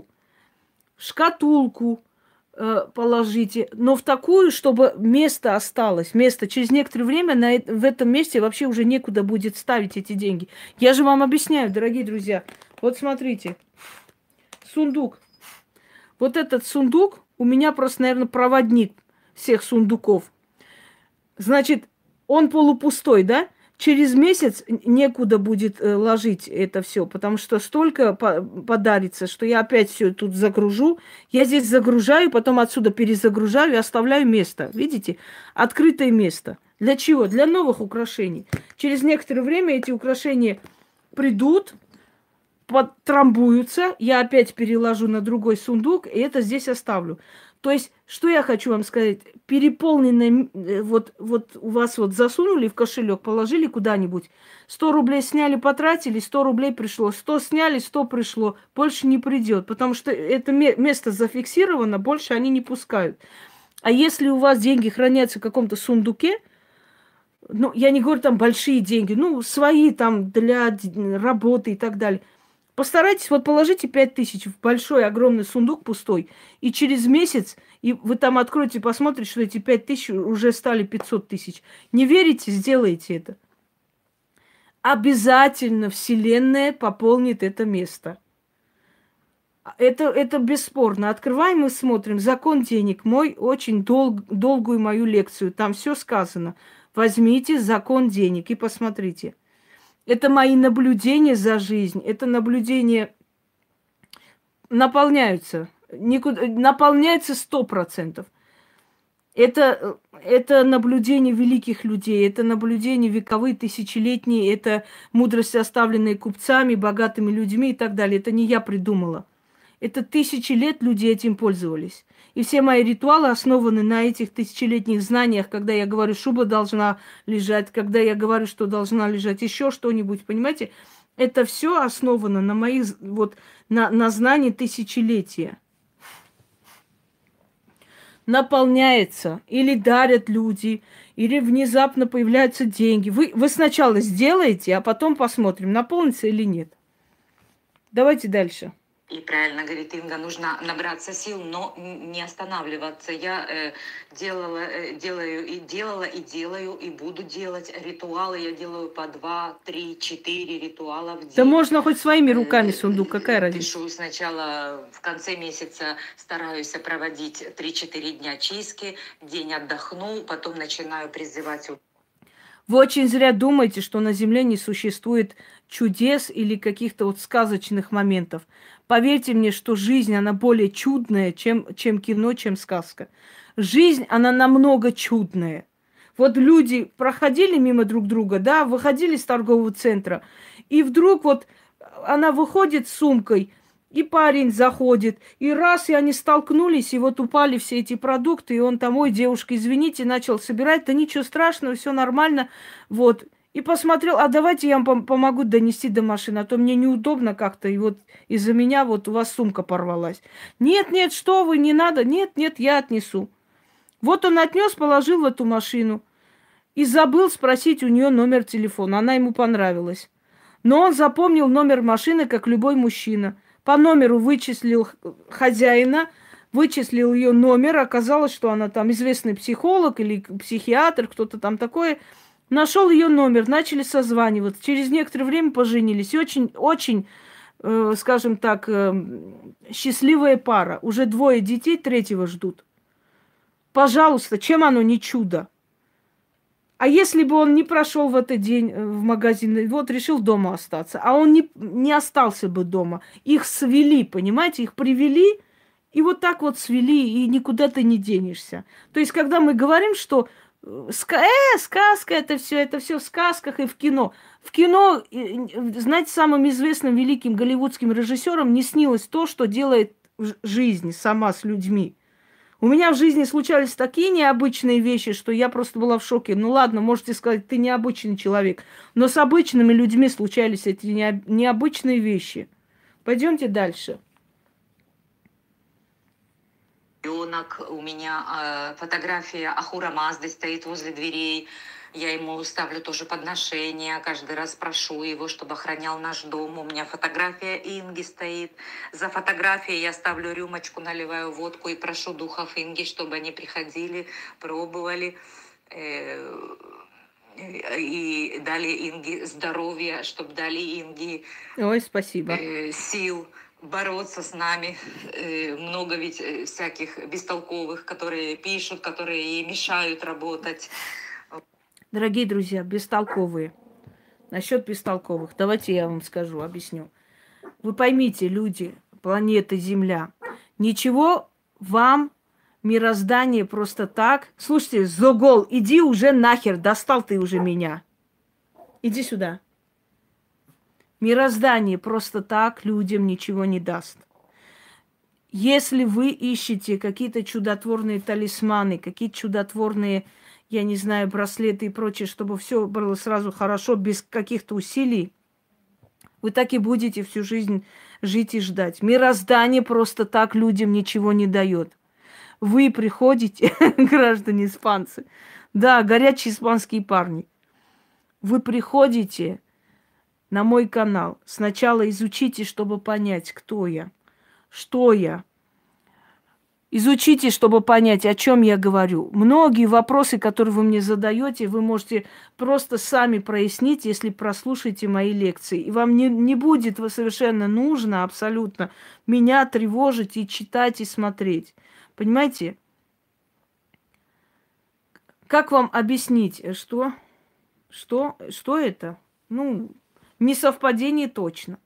Шкатулку э, положите, но в такую, чтобы место осталось. Место. Через некоторое время на, э- в этом месте вообще уже некуда будет ставить эти деньги. Я же вам объясняю, дорогие друзья. Вот смотрите. Сундук. Вот этот сундук у меня просто, наверное, проводник всех сундуков. Значит, он полупустой, да? Через месяц некуда будет э, ложить это все, потому что столько по- подарится, что я опять все тут загружу. Я здесь загружаю, потом отсюда перезагружаю и оставляю место. Видите? Открытое место. Для чего? Для новых украшений. Через некоторое время эти украшения придут, подтрамбуются, я опять переложу на другой сундук, и это здесь оставлю. То есть, что я хочу вам сказать, переполненное, э, вот, вот у вас вот засунули в кошелек, положили куда-нибудь, сто рублей сняли, потратили, сто рублей пришло, сто сняли, сто пришло, больше не придет, потому что это место зафиксировано, больше они не пускают. А если у вас деньги хранятся в каком-то сундуке, ну, я не говорю там большие деньги, ну, свои там для работы и так далее, постарайтесь, вот положите пять тысяч в большой, огромный сундук пустой, и через месяц, и вы там откроете, посмотрите, что эти пять тысяч уже стали пятьсот тысяч. Не верите, сделайте это. Обязательно Вселенная пополнит это место. Это, это бесспорно. Открываем и смотрим. Закон денег. Мой очень дол- долгую мою лекцию. Там все сказано. Возьмите закон денег и посмотрите. Это мои наблюдения за жизнь. Это наблюдения наполняются. Никуда, наполняется сто процентов. Это, это наблюдение великих людей, это наблюдения вековые, тысячелетние, это мудрости, оставленные купцами, богатыми людьми и так далее. Это не я придумала. Это тысячи лет люди этим пользовались. И все мои ритуалы основаны на этих тысячелетних знаниях, когда я говорю, шуба должна лежать, когда я говорю, что должна лежать еще что-нибудь, понимаете? Это все основано на моих, вот, на, на знании тысячелетия. Наполняется, или дарят люди, или внезапно появляются деньги. Вы, вы сначала сделаете, а потом посмотрим, наполнится или нет. Давайте дальше. И правильно говорит Инга, нужно набраться сил, но не останавливаться. Я э, делала, э, делаю и делала, и делаю, и буду делать ритуалы. Я делаю по два, три, четыре ритуала в день. Да можно хоть своими руками сундук, какая разница? Пишу сначала, в конце месяца стараюсь проводить три-четыре дня чистки, день отдохну, потом начинаю призывать. Вы очень зря думаете, что на Земле не существует чудес или каких-то вот сказочных моментов. Поверьте мне, что жизнь, она более чудная, чем, чем кино, чем сказка. Жизнь, она намного чудная. Вот люди проходили мимо друг друга, да, выходили с торгового центра, и вдруг вот она выходит с сумкой, и парень заходит, и раз, и они столкнулись, и вот упали все эти продукты, и он там, ой, девушка, извините, начал собирать, да ничего страшного, все нормально, вот. И посмотрел, а давайте я вам помогу донести до машины, а то мне неудобно как-то, и вот из-за меня вот у вас сумка порвалась. Нет, нет, что вы, не надо, нет, нет, я отнесу. Вот он отнес, положил в эту машину и забыл спросить у нее номер телефона, она ему понравилась. Но он запомнил номер машины, как любой мужчина. По номеру вычислил хозяина, вычислил ее номер, оказалось, что она там известный психолог или психиатр, кто-то там такое. Нашел ее номер, начали созваниваться. Через некоторое время поженились. И очень, очень, э, скажем так, э, счастливая пара. Уже двое детей, третьего ждут. Пожалуйста, чем оно не чудо? А если бы он не прошел в этот день в магазин, вот решил дома остаться, а он не, не остался бы дома. Их свели, понимаете, их привели, и вот так вот свели, и никуда ты не денешься. То есть, когда мы говорим, что ска э, сказка, это все, это все в сказках и в кино. В кино, знаете, самым известным великим голливудским режиссером не снилось то, что делает жизнь сама с людьми. У меня в жизни случались такие необычные вещи, что я просто была в шоке. Ну ладно, можете сказать, ты необычный человек. Но с обычными людьми случались эти необычные вещи. Пойдемте дальше. У меня э, фотография Ахура Мазды стоит возле дверей. Я ему ставлю тоже подношения, каждый раз прошу его, чтобы охранял наш дом. У меня фотография Инги стоит. За фотографией я ставлю рюмочку, наливаю водку и прошу духов Инги, чтобы они приходили, пробовали. э, И дали Инге здоровья, чтобы дали Инге Ой, спасибо. э, сил бороться с нами. Э, много ведь э, всяких бестолковых, которые пишут, которые ей мешают работать. Дорогие друзья, бестолковые. Насчет бестолковых. Давайте я вам скажу, объясню. Вы поймите, люди, планеты Земля, ничего вам мироздание просто так. Слушайте, Зогол, иди уже нахер, достал ты уже меня. Иди сюда. Мироздание просто так людям ничего не даст. Если вы ищете какие-то чудотворные талисманы, какие-то чудотворные, я не знаю, браслеты и прочее, чтобы все было сразу хорошо, без каких-то усилий, вы так и будете всю жизнь жить и ждать. Мироздание просто так людям ничего не дает. Вы приходите, граждане испанцы, да, горячие испанские парни, вы приходите на мой канал. Сначала изучите, чтобы понять, кто я, что я. Изучите, чтобы понять, о чем я говорю. Многие вопросы, которые вы мне задаете, вы можете просто сами прояснить, если прослушаете мои лекции. И вам не, не будет совершенно нужно абсолютно меня тревожить и читать, и смотреть. Понимаете? Как вам объяснить, что? Что? Что это? Ну, несовпадение точно.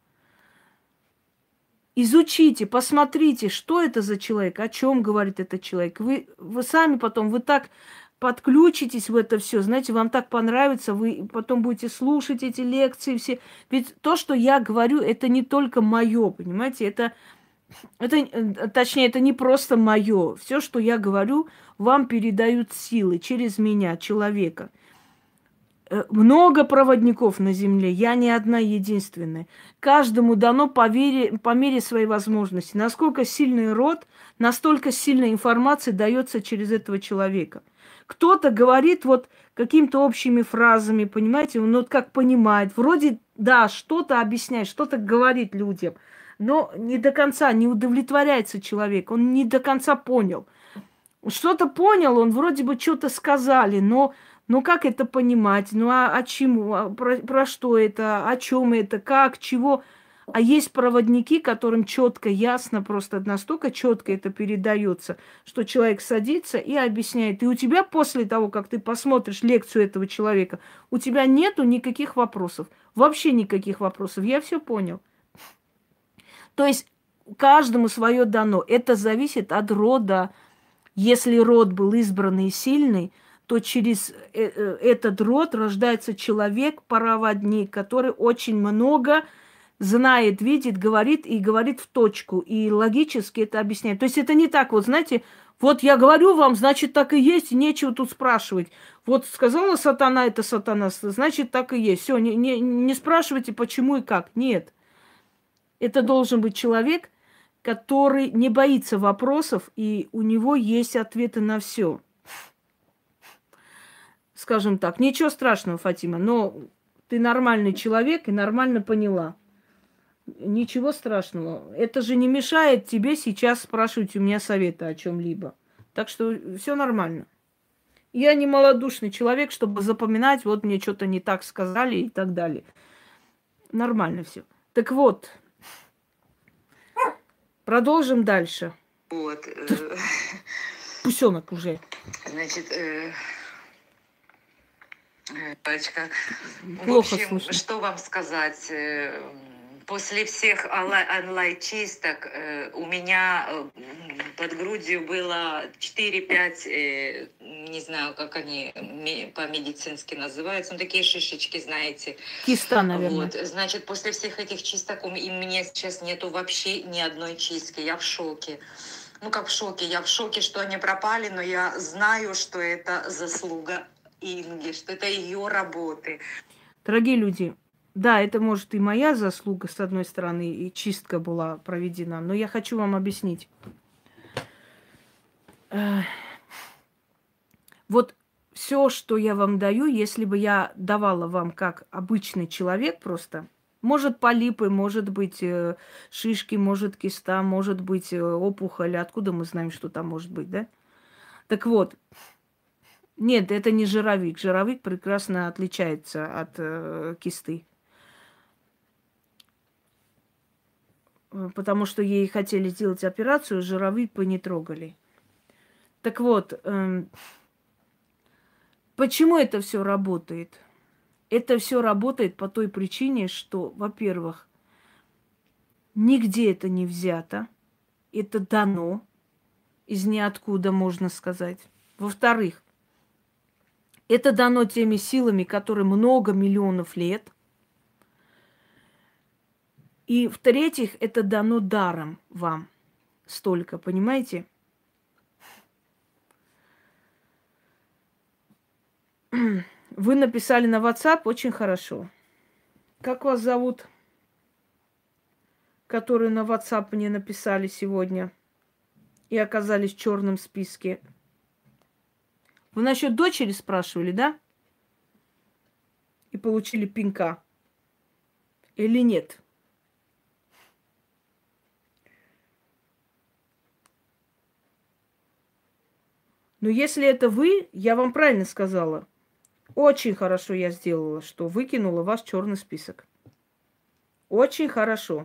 Изучите, посмотрите, что это за человек, о чем говорит этот человек. Вы, вы сами потом, вы так подключитесь в это все, знаете, вам так понравится, вы потом будете слушать эти лекции все. Ведь то, что я говорю, это не только мое, понимаете, это, это, точнее, это не просто мое. Все, что я говорю, вам передают силы через меня, человека. Много проводников на земле, я не одна единственная. Каждому дано по, вере, по мере своей возможности. Насколько сильный род, настолько сильная информация дается через этого человека. Кто-то говорит вот какими-то общими фразами, понимаете, он вот как понимает. Вроде, да, что-то объясняет, что-то говорит людям, но не до конца, не удовлетворяется человек, он не до конца понял. Что-то понял, он вроде бы что-то сказали, но... Ну, как это понимать? Ну, а, а чему? А про, про что это? О чем это? Как? Чего? А есть проводники, которым четко, ясно, просто настолько четко это передается, что человек садится и объясняет. И у тебя после того, как ты посмотришь лекцию этого человека, у тебя нету никаких вопросов. Вообще никаких вопросов. Я все понял. То есть каждому свое дано. Это зависит от рода. Если род был избранный и сильный, то через этот род рождается человек-проводник, который очень много знает, видит, говорит и говорит в точку. И логически это объясняет. То есть это не так, вот знаете, вот я говорю вам, значит, так и есть, нечего тут спрашивать. Вот сказала сатана, это сатана, значит, так и есть. Все, не, не, не спрашивайте, почему и как. Нет. Это должен быть человек, который не боится вопросов, и у него есть ответы на все. Скажем так, ничего страшного, Фатима, но ты нормальный человек и нормально поняла. Ничего страшного. Это же не мешает тебе сейчас спрашивать у меня совета о чем-либо. Так что все нормально. Я не малодушный человек, чтобы запоминать, вот мне что-то не так сказали и так далее. Нормально все. Так вот, продолжим дальше. Вот. Пусенок уже. Значит, э... Пачка. Плохо В общем, слышно. что вам сказать? После всех онлайн-чисток у меня под грудью было четыре-пять, не знаю, как они по-медицински называются, ну, такие шишечки, знаете. Киста, наверное. Вот. Значит, после всех этих чисток у меня сейчас нету вообще ни одной чистки. Я в шоке. Ну, как в шоке. Я в шоке, что они пропали, но я знаю, что это заслуга Инги, что это ее работы. Дорогие люди, да, это может и моя заслуга, с одной стороны, и чистка была проведена, но я хочу вам объяснить. Вот все, что я вам даю, если бы я давала вам как обычный человек просто, может полипы, может быть э, шишки, может киста, может быть э, опухоль, откуда мы знаем, что там может быть, да? Так вот, нет, это не жировик. Жировик прекрасно отличается от э, кисты. Э, Потому что ей хотели сделать операцию, жировик бы не трогали. Так вот, эм, почему это все работает? Это все работает по той причине, что, во-первых, нигде это не взято, это дано из ниоткуда, можно сказать. Во-вторых, это дано теми силами, которые много миллионов лет. И в-третьих, это дано даром вам столько, понимаете? Вы написали на WhatsApp очень хорошо. Как вас зовут, которые на WhatsApp мне написали сегодня и оказались в черном списке? Вы насчет дочери спрашивали, да? И получили пинка. Или нет? Но если это вы, я вам правильно сказала. Очень хорошо я сделала, что выкинула ваш черный список. Очень хорошо.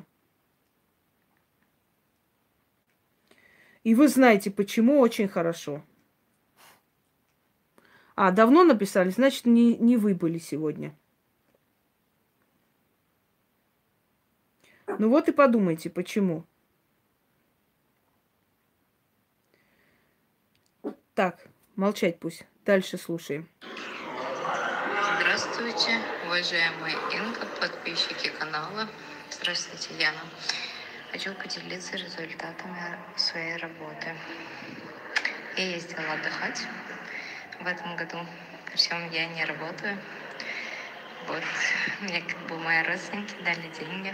И вы знаете, почему очень хорошо. А, давно написали, значит, не, не вы были сегодня. Ну вот и подумайте, почему. Так, молчать пусть. Дальше слушаем. Здравствуйте, уважаемые Инга, подписчики канала. Здравствуйте, Яна. Хочу поделиться результатами своей работы. Я ездила отдыхать в этом году. Причем я не работаю. Вот, мне как бы мои родственники дали деньги.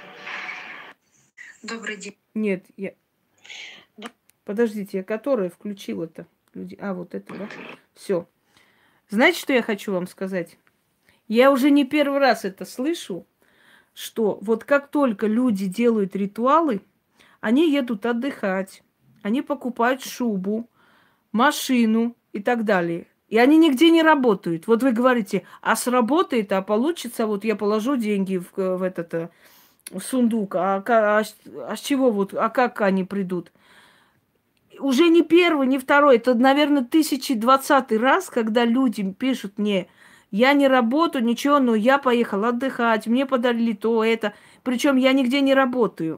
Добрый день. Нет, я... Подождите, я которая включила-то? Люди... А, вот это, да? Все. Знаете, что я хочу вам сказать? Я уже не первый раз это слышу, что вот как только люди делают ритуалы, они едут отдыхать, они покупают шубу, машину и так далее. И они нигде не работают. Вот вы говорите, а сработает, а получится, вот я положу деньги в, в этот э, в сундук, а, ка- а, с- а с чего вот, а как они придут? Уже не первый, не второй, это, наверное, тысяча двадцатый раз, когда люди пишут мне, я не работаю, ничего, но я поехал отдыхать, мне подарили то, это. Причем я нигде не работаю.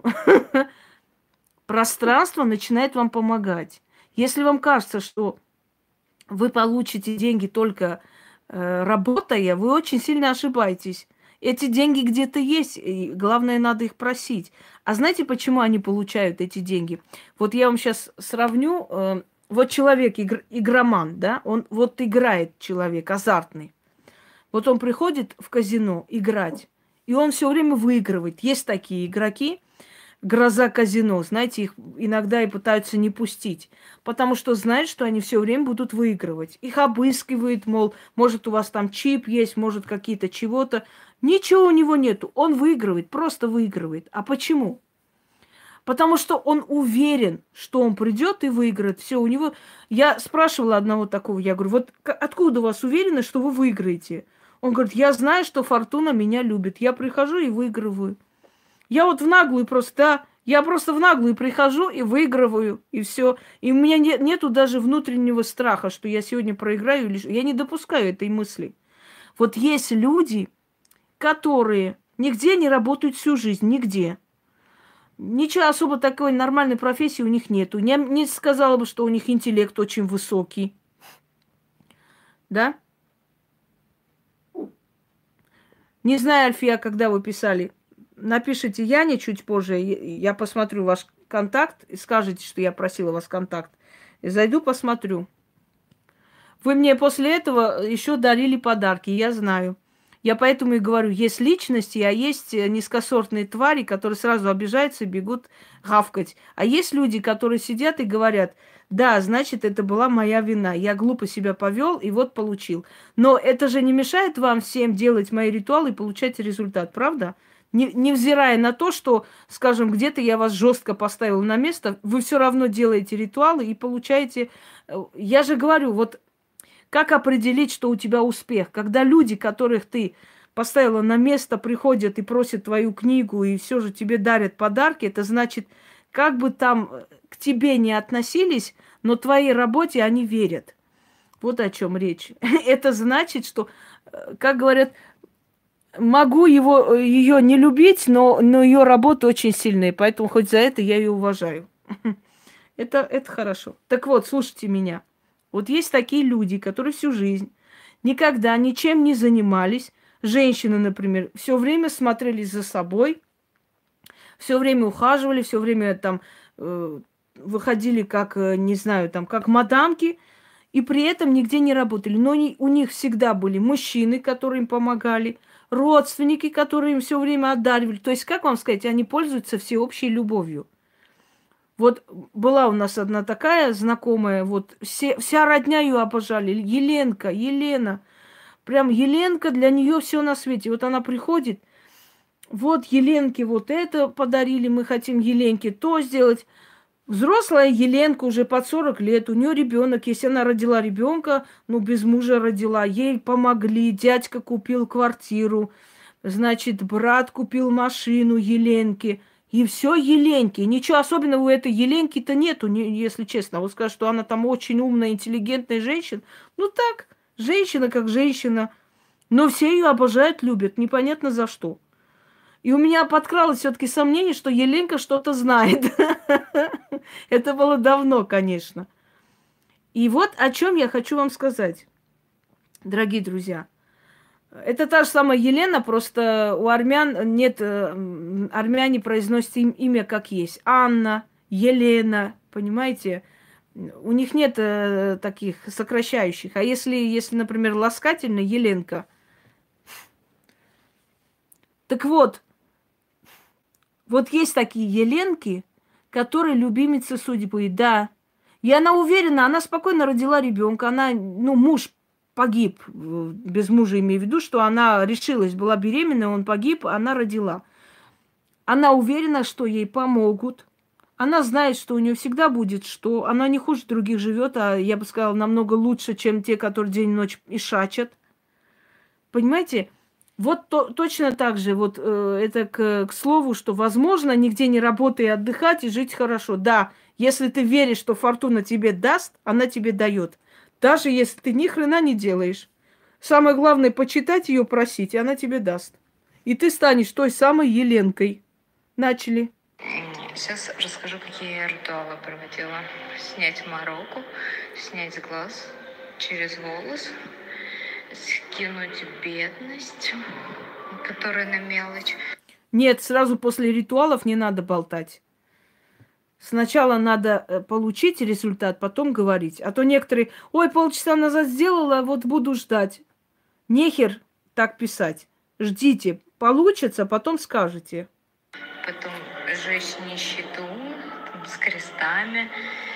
Пространство начинает вам помогать. Если вам кажется, что вы получите деньги только э, работая, вы очень сильно ошибаетесь. Эти деньги где-то есть, и главное, надо их просить. А знаете, почему они получают эти деньги? Вот я вам сейчас сравню. Э, вот человек, игр, игроман, да, он вот играет человек, азартный. Вот он приходит в казино играть, и он все время выигрывает. Есть такие игроки, гроза казино, знаете, их иногда и пытаются не пустить, потому что знают, что они все время будут выигрывать. Их обыскивают, мол, может, у вас там чип есть, может, какие-то чего-то. Ничего у него нету, он выигрывает, просто выигрывает. А почему? Потому что он уверен, что он придет и выиграет. Все, у него... Я спрашивала одного такого, я говорю, вот откуда у вас уверенность, что вы выиграете? Он говорит, я знаю, что фортуна меня любит. Я прихожу и выигрываю. Я вот в наглую просто, да, я просто в наглую прихожу и выигрываю, и все. И у меня нет, нету даже внутреннего страха, что я сегодня проиграю. Или... Я не допускаю этой мысли. Вот есть люди, которые нигде не работают всю жизнь, нигде. Ничего особо такой нормальной профессии у них нету. Не, не сказала бы, что у них интеллект очень высокий. Да? Не знаю, Альфия, когда вы писали. Напишите Яне чуть позже. Я посмотрю ваш контакт и скажете, что я просила вас контакт. И зайду, посмотрю. Вы мне после этого еще дарили подарки, я знаю. Я поэтому и говорю, есть личности, а есть низкосортные твари, которые сразу обижаются и бегут гавкать. А есть люди, которые сидят и говорят, да, значит, это была моя вина. Я глупо себя повел и вот получил. Но это же не мешает вам всем делать мои ритуалы и получать результат, правда? Не, невзирая на то, что, скажем, где-то я вас жестко поставила на место, вы все равно делаете ритуалы и получаете... Я же говорю, вот как определить, что у тебя успех? Когда люди, которых ты поставила на место, приходят и просят твою книгу, и все же тебе дарят подарки, это значит, как бы там к тебе не относились, но твоей работе они верят. Вот о чем речь. Это значит, что, как говорят, могу его, ее не любить, но, но ее работа очень сильная, поэтому хоть за это я ее уважаю. Это, это хорошо. Так вот, слушайте меня. Вот есть такие люди, которые всю жизнь никогда ничем не занимались. Женщины, например, все время смотрели за собой, все время ухаживали, все время там э, выходили как, э, не знаю, там, как мадамки, и при этом нигде не работали. Но они, у них всегда были мужчины, которые им помогали, родственники, которые им все время одаривали. То есть, как вам сказать, они пользуются всеобщей любовью. Вот была у нас одна такая знакомая, вот все, вся родня ее обожали. Еленка, Елена. Прям Еленка, для нее все на свете. Вот она приходит, вот Еленке вот это подарили, мы хотим Еленке то сделать. Взрослая Еленка уже под сорок лет, у нее ребенок. Если она родила ребенка, ну, без мужа родила, ей помогли, дядька купил квартиру, значит, брат купил машину Еленке. И все Еленке. Ничего особенного у этой Еленки-то нету, если честно. Вот скажут, что она там очень умная, интеллигентная женщина. Ну так, женщина как женщина. Но все ее обожают, любят. Непонятно за что. И у меня подкралось все-таки сомнение, что Еленка что-то знает. Это было давно, конечно. И вот о чем я хочу вам сказать, дорогие друзья. Это та же самая Елена, просто у армян нет, армяне произносят им имя как есть. Анна, Елена, понимаете? У них нет э, таких сокращающих. А если, если, например, ласкательно, Еленка. Так вот, вот есть такие Еленки, которые любимицы судьбы, да. И она уверена, она спокойно родила ребенка, она, ну, муж погиб, без мужа имею в виду, что она решилась, была беременна, он погиб, она родила. Она уверена, что ей помогут. Она знает, что у нее всегда будет, что она не хуже других живет, а я бы сказала, намного лучше, чем те, которые день и ночь ишачат. Понимаете? Вот то, точно так же, вот э, это к, к слову, что возможно нигде не работать, отдыхать и жить хорошо. Да, если ты веришь, что фортуна тебе даст, она тебе дает. Даже если ты ни хрена не делаешь. Самое главное, почитать ее, просить, и она тебе даст. И ты станешь той самой Еленкой. Начали. Сейчас расскажу, какие я ритуалы проводила. Снять мороку, снять глаз через волос, скинуть бедность, которая на мелочь. Нет, сразу после ритуалов не надо болтать. Сначала надо получить результат, потом говорить. А то некоторые, ой, полчаса назад сделала, вот буду ждать. Нехер так писать. Ждите, получится, потом скажете. Потом сжечь нищету с крестами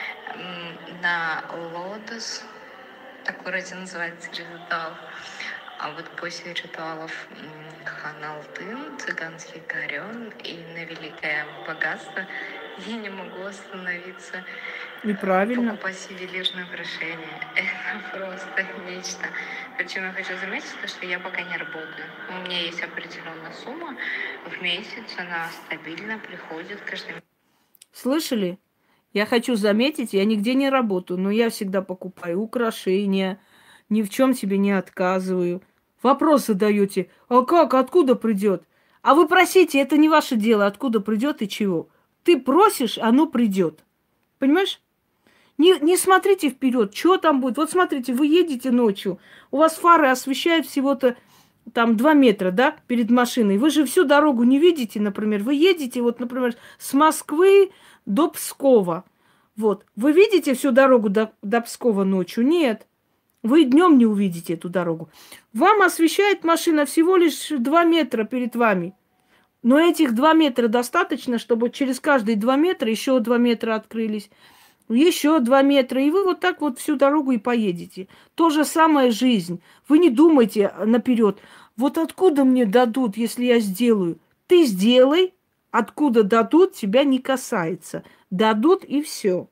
на лотос. Так вроде называется ритуал. А вот после ритуалов Хан-Алтын, цыганский горен и на великое богатство я не могу остановиться. Неправильно. Покупать ювелирные украшения. Это просто нечто. Причем я хочу заметить, что я пока не работаю. У меня есть определенная сумма в месяц, она стабильно приходит каждый месяц. Слышали? Я хочу заметить, я нигде не работаю, но я всегда покупаю украшения, ни в чем себе не отказываю. Вопрос задаете, а как, откуда придет? А вы просите, это не ваше дело, откуда придет и чего. Ты просишь, оно придет. Понимаешь? Не, не смотрите вперед, что там будет. Вот смотрите, вы едете ночью, у вас фары освещают всего-то там два метра, да, перед машиной. Вы же всю дорогу не видите, например. Вы едете, вот, например, с Москвы до Пскова. Вот. Вы видите всю дорогу до, до Пскова ночью? Нет. Вы днем не увидите эту дорогу. Вам освещает машина всего лишь два метра перед вами. Но этих два метра достаточно, чтобы через каждые два метра еще два метра открылись, еще два метра, и вы вот так вот всю дорогу и поедете. То же самое жизнь. Вы не думайте наперед. Вот откуда мне дадут, если я сделаю? Ты сделай, откуда дадут, тебя не касается. Дадут и все.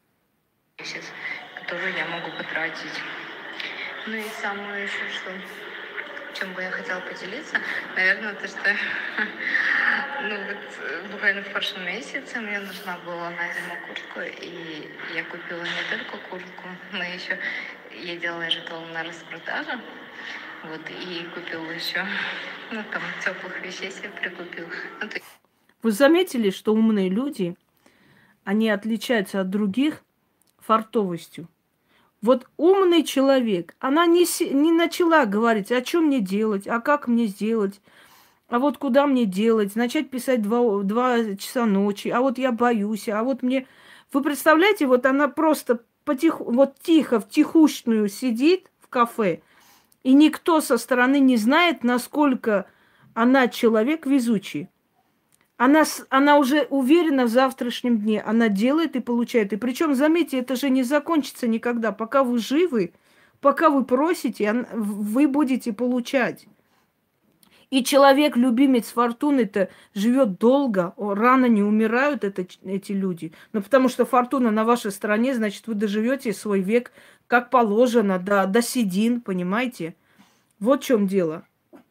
Которую я могу потратить. Ну и самое еще, что, чем бы я хотела поделиться, наверное, то, что ну вот буквально в прошлом месяце мне нужна была на зиму куртку, и я купила не только куртку, но еще я делала ритуал на распродажу, вот, и купила еще, ну там, теплых вещей себе прикупила. Ну, то... Вы заметили, что умные люди, они отличаются от других фартовостью? Вот умный человек, она не, не начала говорить, а что мне делать, а как мне сделать, а вот куда мне делать, начать писать два, два часа ночи, а вот я боюсь, а вот мне... Вы представляете, вот она просто потиху, вот тихо, втихушную сидит в кафе, и никто со стороны не знает, насколько она человек везучий. Она, она уже уверена в завтрашнем дне. Она делает и получает. И причем, заметьте, это же не закончится никогда. Пока вы живы, пока вы просите, вы будете получать. И человек, любимец фортуны-то, живет долго, рано не умирают это, эти люди. Ну, потому что фортуна на вашей стороне, значит, вы доживете свой век как положено, до, до седин, понимаете? Вот в чем дело.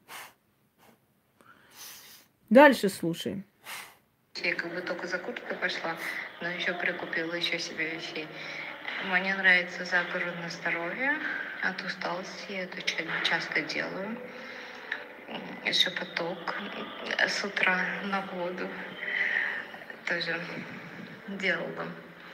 Дальше слушаем. Я как бы только за курткой пошла, но еще прикупила еще себе вещей. Мне нравится заговор на здоровье. От усталости я это часто делаю. Еще поток с утра на воду тоже делала.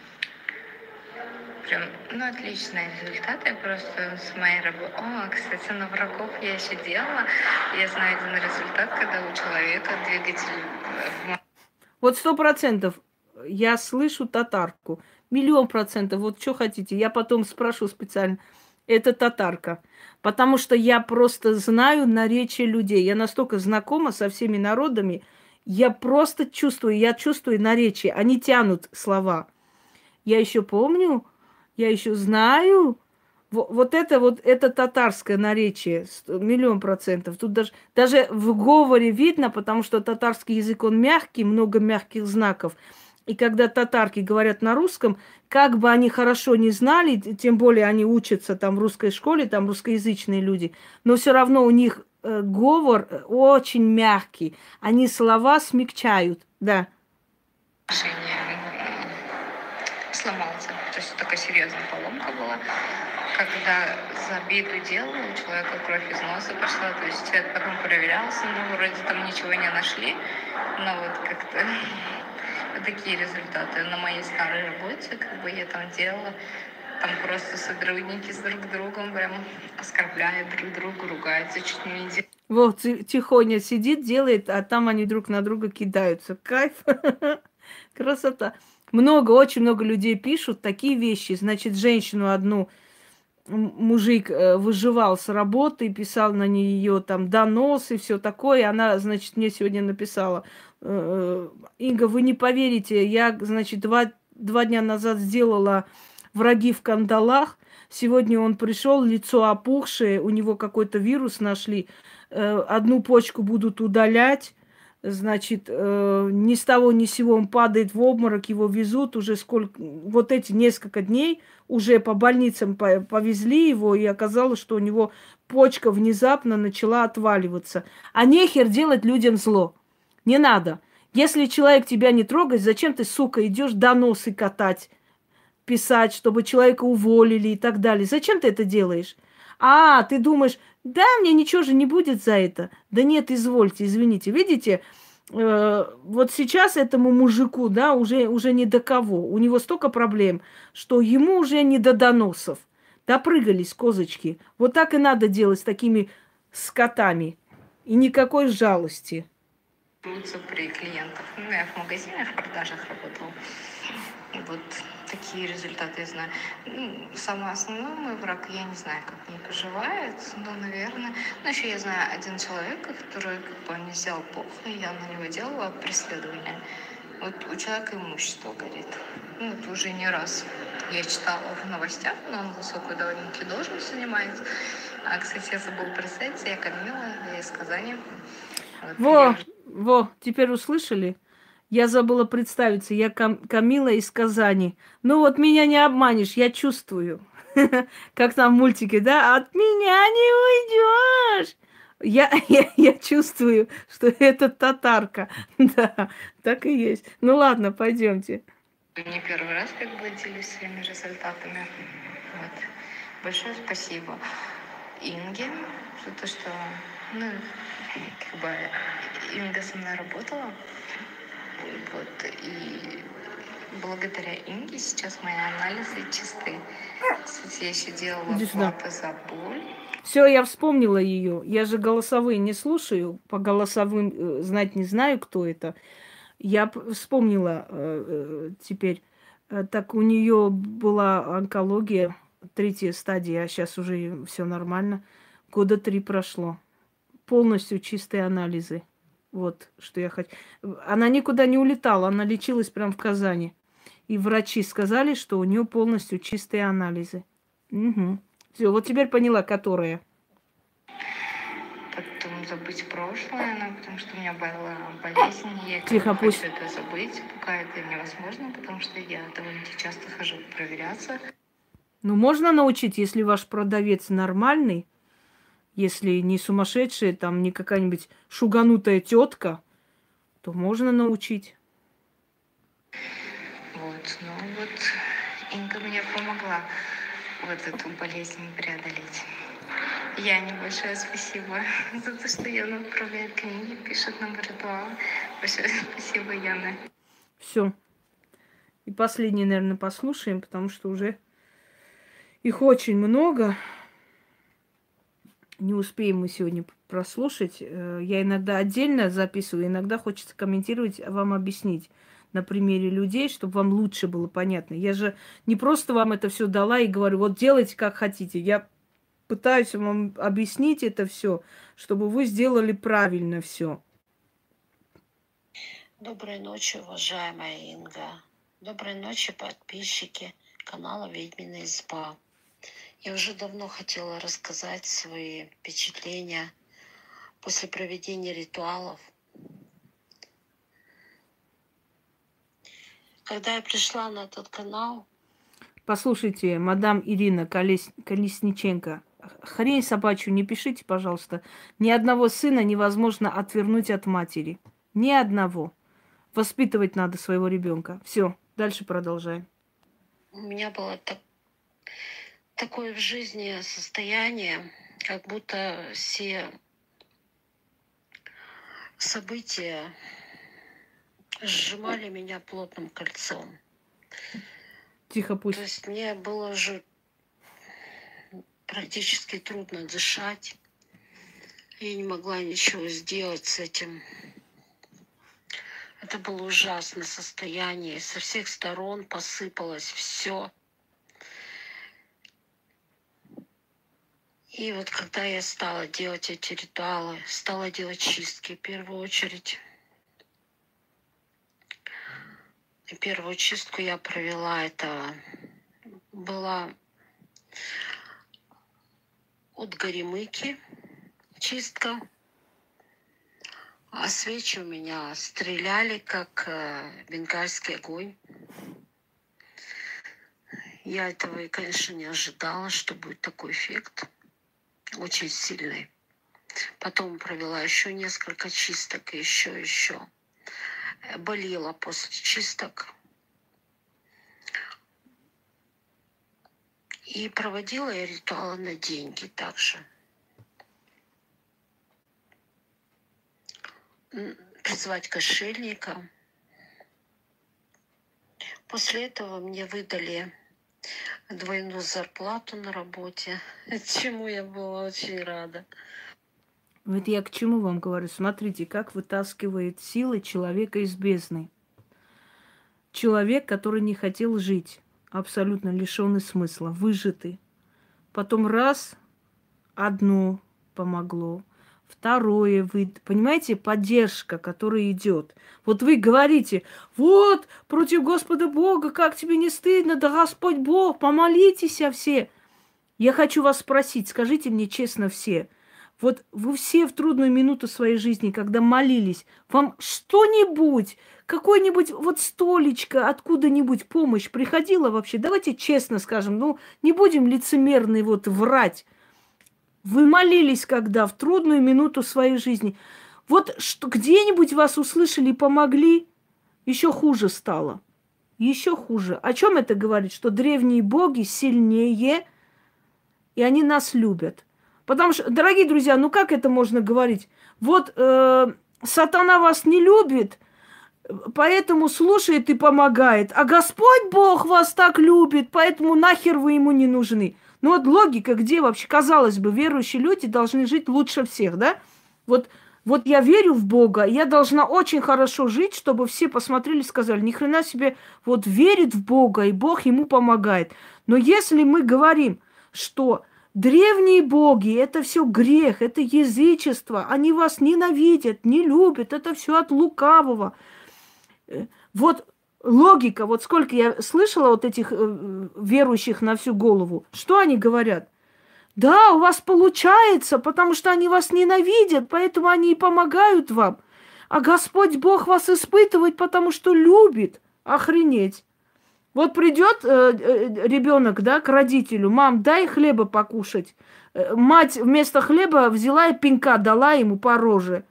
Прям, ну, отличные результаты просто с моей работы. О, кстати, на врагов я еще делала. Я знаю один результат, когда у человека двигатель... Вот сто процентов я слышу татарку. Миллион процентов. Вот что хотите. Я потом спрошу специально. Это татарка. Потому что я просто знаю наречие людей. Я настолько знакома со всеми народами. Я просто чувствую, я чувствую наречие. Они тянут слова. Я еще помню, я еще знаю. Вот, вот это вот, это татарское наречие. Миллион процентов. Тут даже, даже в говоре видно, потому что татарский язык, он мягкий, много мягких знаков. И когда татарки говорят на русском, как бы они хорошо не знали, тем более они учатся там в русской школе, там русскоязычные люди, но все равно у них э, говор очень мягкий. Они слова смягчают, да. Сломался. То есть такая серьезная поломка была. Когда забиту делала, у человека кровь из носа пошла, то есть это потом проверялся, но вроде там ничего не нашли, но вот как-то такие результаты. На моей старой работе, как бы я там делала, там просто сотрудники с друг другом прям оскорбляют друг друга, ругаются, чуть не видят. Вот, тихоня сидит, делает, а там они друг на друга кидаются. Кайф. Красота. Много, очень много людей пишут такие вещи. Значит, женщину одну мужик выживал с работы, писал на нее там донос и все такое. Она, значит, мне сегодня написала: Инга, вы не поверите, я, значит, два, два дня назад сделала враги в кандалах. Сегодня он пришел, лицо опухшее, у него какой-то вирус нашли. Одну почку будут удалять. Значит, ни с того ни с сего он падает в обморок, его везут уже сколько, вот эти несколько дней уже по больницам повезли его, и оказалось, что у него почка внезапно начала отваливаться. А нехер делать людям зло. Не надо. Если человек тебя не трогает, зачем ты, сука, идешь доносы катать, писать, чтобы человека уволили и так далее? Зачем ты это делаешь? А, ты думаешь, да, мне ничего же не будет за это. Да нет, извольте, извините. Видите, э, вот сейчас этому мужику, да, уже, уже не до кого. У него столько проблем, что ему уже не до доносов. Допрыгались козочки. Вот так и надо делать с такими скотами. И никакой жалости. При клиентах. Ну, я в магазинах, в продажах работала. Вот такие результаты я знаю. Ну, самый основной мой враг, я не знаю, как мне поживает, но, наверное... Ну, еще я знаю один человек, который как бы не сделал плохо, и я на него делала преследование. Вот у человека имущество горит. Ну, это уже не раз я читала в новостях, но он высокую довольно-таки должность занимает. А, кстати, я забыла представиться, я Камила, я из Казани. Вот, Во, я... во, теперь услышали? Я забыла представиться. Я Кам- Камила из Казани. Ну вот меня не обманешь, я чувствую. Как там в мультике, да? От меня не уйдешь. Я, я, я чувствую, что это татарка. Да, так и есть. Ну ладно, пойдемте. Не первый раз как бы делюсь своими результатами. Вот. Большое спасибо Инге за то, что, ну, как бы Инга со мной работала. Вот. И благодаря Инге сейчас мои анализы чистые. Кстати, я еще делала Иди сюда. платы за боль. Все, я вспомнила ее. Я же голосовые не слушаю, по голосовым э, знать не знаю, кто это. Я п- вспомнила э, э, теперь. Э, Так у нее была онкология, третья стадия, а сейчас уже все нормально. Года три прошло. Полностью чистые анализы. Вот что я хочу. Она никуда не улетала, она лечилась прямо в Казани. И врачи сказали, что у нее полностью чистые анализы. Угу. Все, вот теперь поняла, которая. Потом забыть прошлое, ну, потому что у меня была болезнь, я как Тихо, бы пусть. хочу это забыть, пока это невозможно, потому что я довольно-таки часто хожу проверяться. Ну, можно научить, если ваш продавец нормальный, если не сумасшедшая, там, не какая-нибудь шуганутая тетка, то можно научить. Вот, ну вот Инга мне помогла вот эту болезнь преодолеть. Яне большое спасибо за то, что Яна отправляет книги, пишет нам ритуалы. Большое спасибо, Яна. Все. И последний, наверное, послушаем, потому что уже их очень много. Не успеем мы сегодня прослушать. Э, Я иногда отдельно записываю, иногда хочется комментировать, а вам объяснить на примере людей, чтобы вам лучше было понятно. Я же не просто вам это все дала и говорю, вот делайте как хотите. Я пытаюсь вам объяснить это все, чтобы вы сделали правильно все. Доброй ночи, уважаемая Инга. Доброй ночи, подписчики канала «Ведьмина изба». Я уже давно хотела рассказать свои впечатления после проведения ритуалов. Когда я пришла на этот канал... Послушайте, мадам Ирина Колес... Колесниченко, хрень собачью не пишите, пожалуйста. Ни одного сына невозможно отвернуть от матери. Ни одного. Воспитывать надо своего ребенка. Все, дальше продолжаем. У меня было так... такое в жизни состояние, как будто все события сжимали меня плотным кольцом. Тихо, пусть. То есть мне было уже практически трудно дышать. Я не могла ничего сделать с этим. Это было ужасное состояние. Со всех сторон посыпалось все. И вот когда я стала делать эти ритуалы, стала делать чистки, в первую очередь, первую чистку я провела, это была от горемыки чистка, а свечи у меня стреляли, как э, бенгальский огонь. Я этого, конечно, не ожидала, что будет такой эффект. Очень сильный. Потом провела еще несколько чисток, и еще, еще. Болела после чисток. И проводила я ритуалы на деньги также. Призвать кошельника. После этого мне выдали двойную зарплату на работе, чему я была очень рада. Вот я к чему вам говорю. Смотрите, как вытаскивает силы человека из бездны. Человек, который не хотел жить, абсолютно лишенный смысла, выжатый. Потом раз, одно помогло, второе, вы понимаете, поддержка, которая идет. Вот вы говорите, вот, против Господа Бога, как тебе не стыдно, да Господь Бог, помолитесь все. Я хочу вас спросить, скажите мне честно все, вот вы все в трудную минуту своей жизни, когда молились, вам что-нибудь, какой-нибудь вот столечко, откуда-нибудь помощь приходила вообще? Давайте честно скажем, ну, не будем лицемерно вот врать. Вы молились когда в трудную минуту своей жизни. Вот что, где-нибудь вас услышали и помогли, еще хуже стало. Еще хуже. О чем это говорит? Что древние боги сильнее, и они нас любят. Потому что, дорогие друзья, ну как это можно говорить? Вот э, сатана вас не любит, поэтому слушает и помогает. А Господь Бог вас так любит, поэтому нахер вы ему не нужны. Ну вот логика, где вообще, казалось бы, верующие люди должны жить лучше всех, да? Вот, вот я верю в Бога, я должна очень хорошо жить, чтобы все посмотрели и сказали, ни хрена себе, вот верит в Бога, и Бог ему помогает. Но если мы говорим, что древние боги – это все грех, это язычество, они вас ненавидят, не любят, это все от лукавого. Вот логика, вот сколько я слышала вот этих э, верующих на всю голову, что они говорят? Да, у вас получается, потому что они вас ненавидят, поэтому они и помогают вам. А Господь Бог вас испытывает, потому что любит. Охренеть. Вот придет э, э, ребенок, да, к родителю, мам, дай хлеба покушать. Э, мать вместо хлеба взяла и пинка дала ему по роже.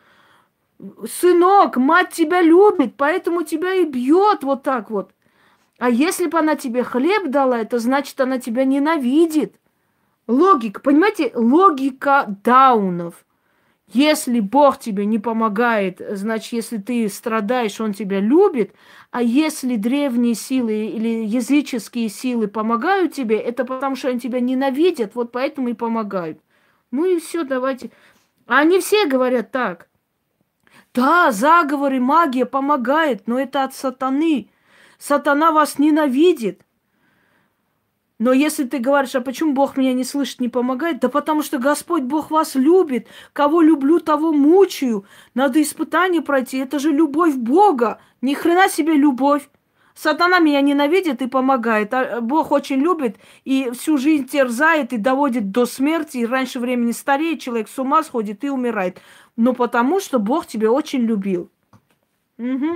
Сынок, мать тебя любит, поэтому тебя и бьет вот так вот. А если бы она тебе хлеб дала, это значит, она тебя ненавидит. Логика, понимаете, логика даунов. Если Бог тебе не помогает, значит, если ты страдаешь, Он тебя любит. А если древние силы или языческие силы помогают тебе, это потому что они тебя ненавидят, вот поэтому и помогают. Ну и все, давайте. А они все говорят так. Да, заговоры, магия помогает, но это от сатаны. Сатана вас ненавидит. Но если ты говоришь, а почему Бог меня не слышит, не помогает? Да потому что Господь Бог вас любит. Кого люблю, того мучаю. Надо испытание пройти. Это же любовь Бога. Ни хрена себе любовь. Сатана меня ненавидит и помогает. А Бог очень любит и всю жизнь терзает и доводит до смерти. И раньше времени стареет, человек с ума сходит и умирает. Но потому что Бог тебя очень любил. Угу.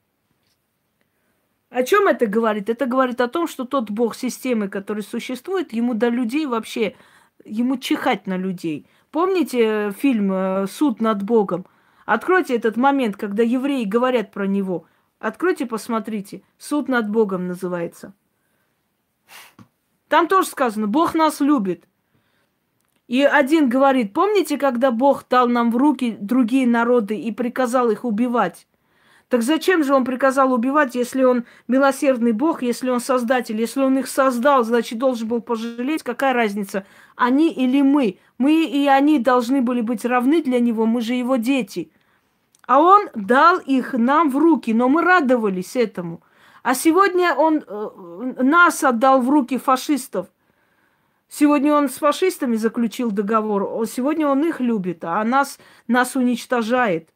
О чем это говорит? Это говорит о том, что тот бог системы, который существует, ему до людей вообще, ему чихать на людей. Помните фильм «Суд над Богом»? Откройте этот момент, когда евреи говорят про него. Откройте, посмотрите. «Суд над Богом» называется. Там тоже сказано, Бог нас любит. И один говорит, помните, когда Бог дал нам в руки другие народы и приказал их убивать? Так зачем же он приказал убивать, если он милосердный Бог, если он создатель, если он их создал, значит, должен был пожалеть? Какая разница, они или мы? Мы и они должны были быть равны для него, мы же его дети. А он дал их нам в руки, но мы радовались этому. А сегодня он э, нас отдал в руки фашистов. Сегодня он с фашистами заключил договор, сегодня он их любит, а нас, нас уничтожает.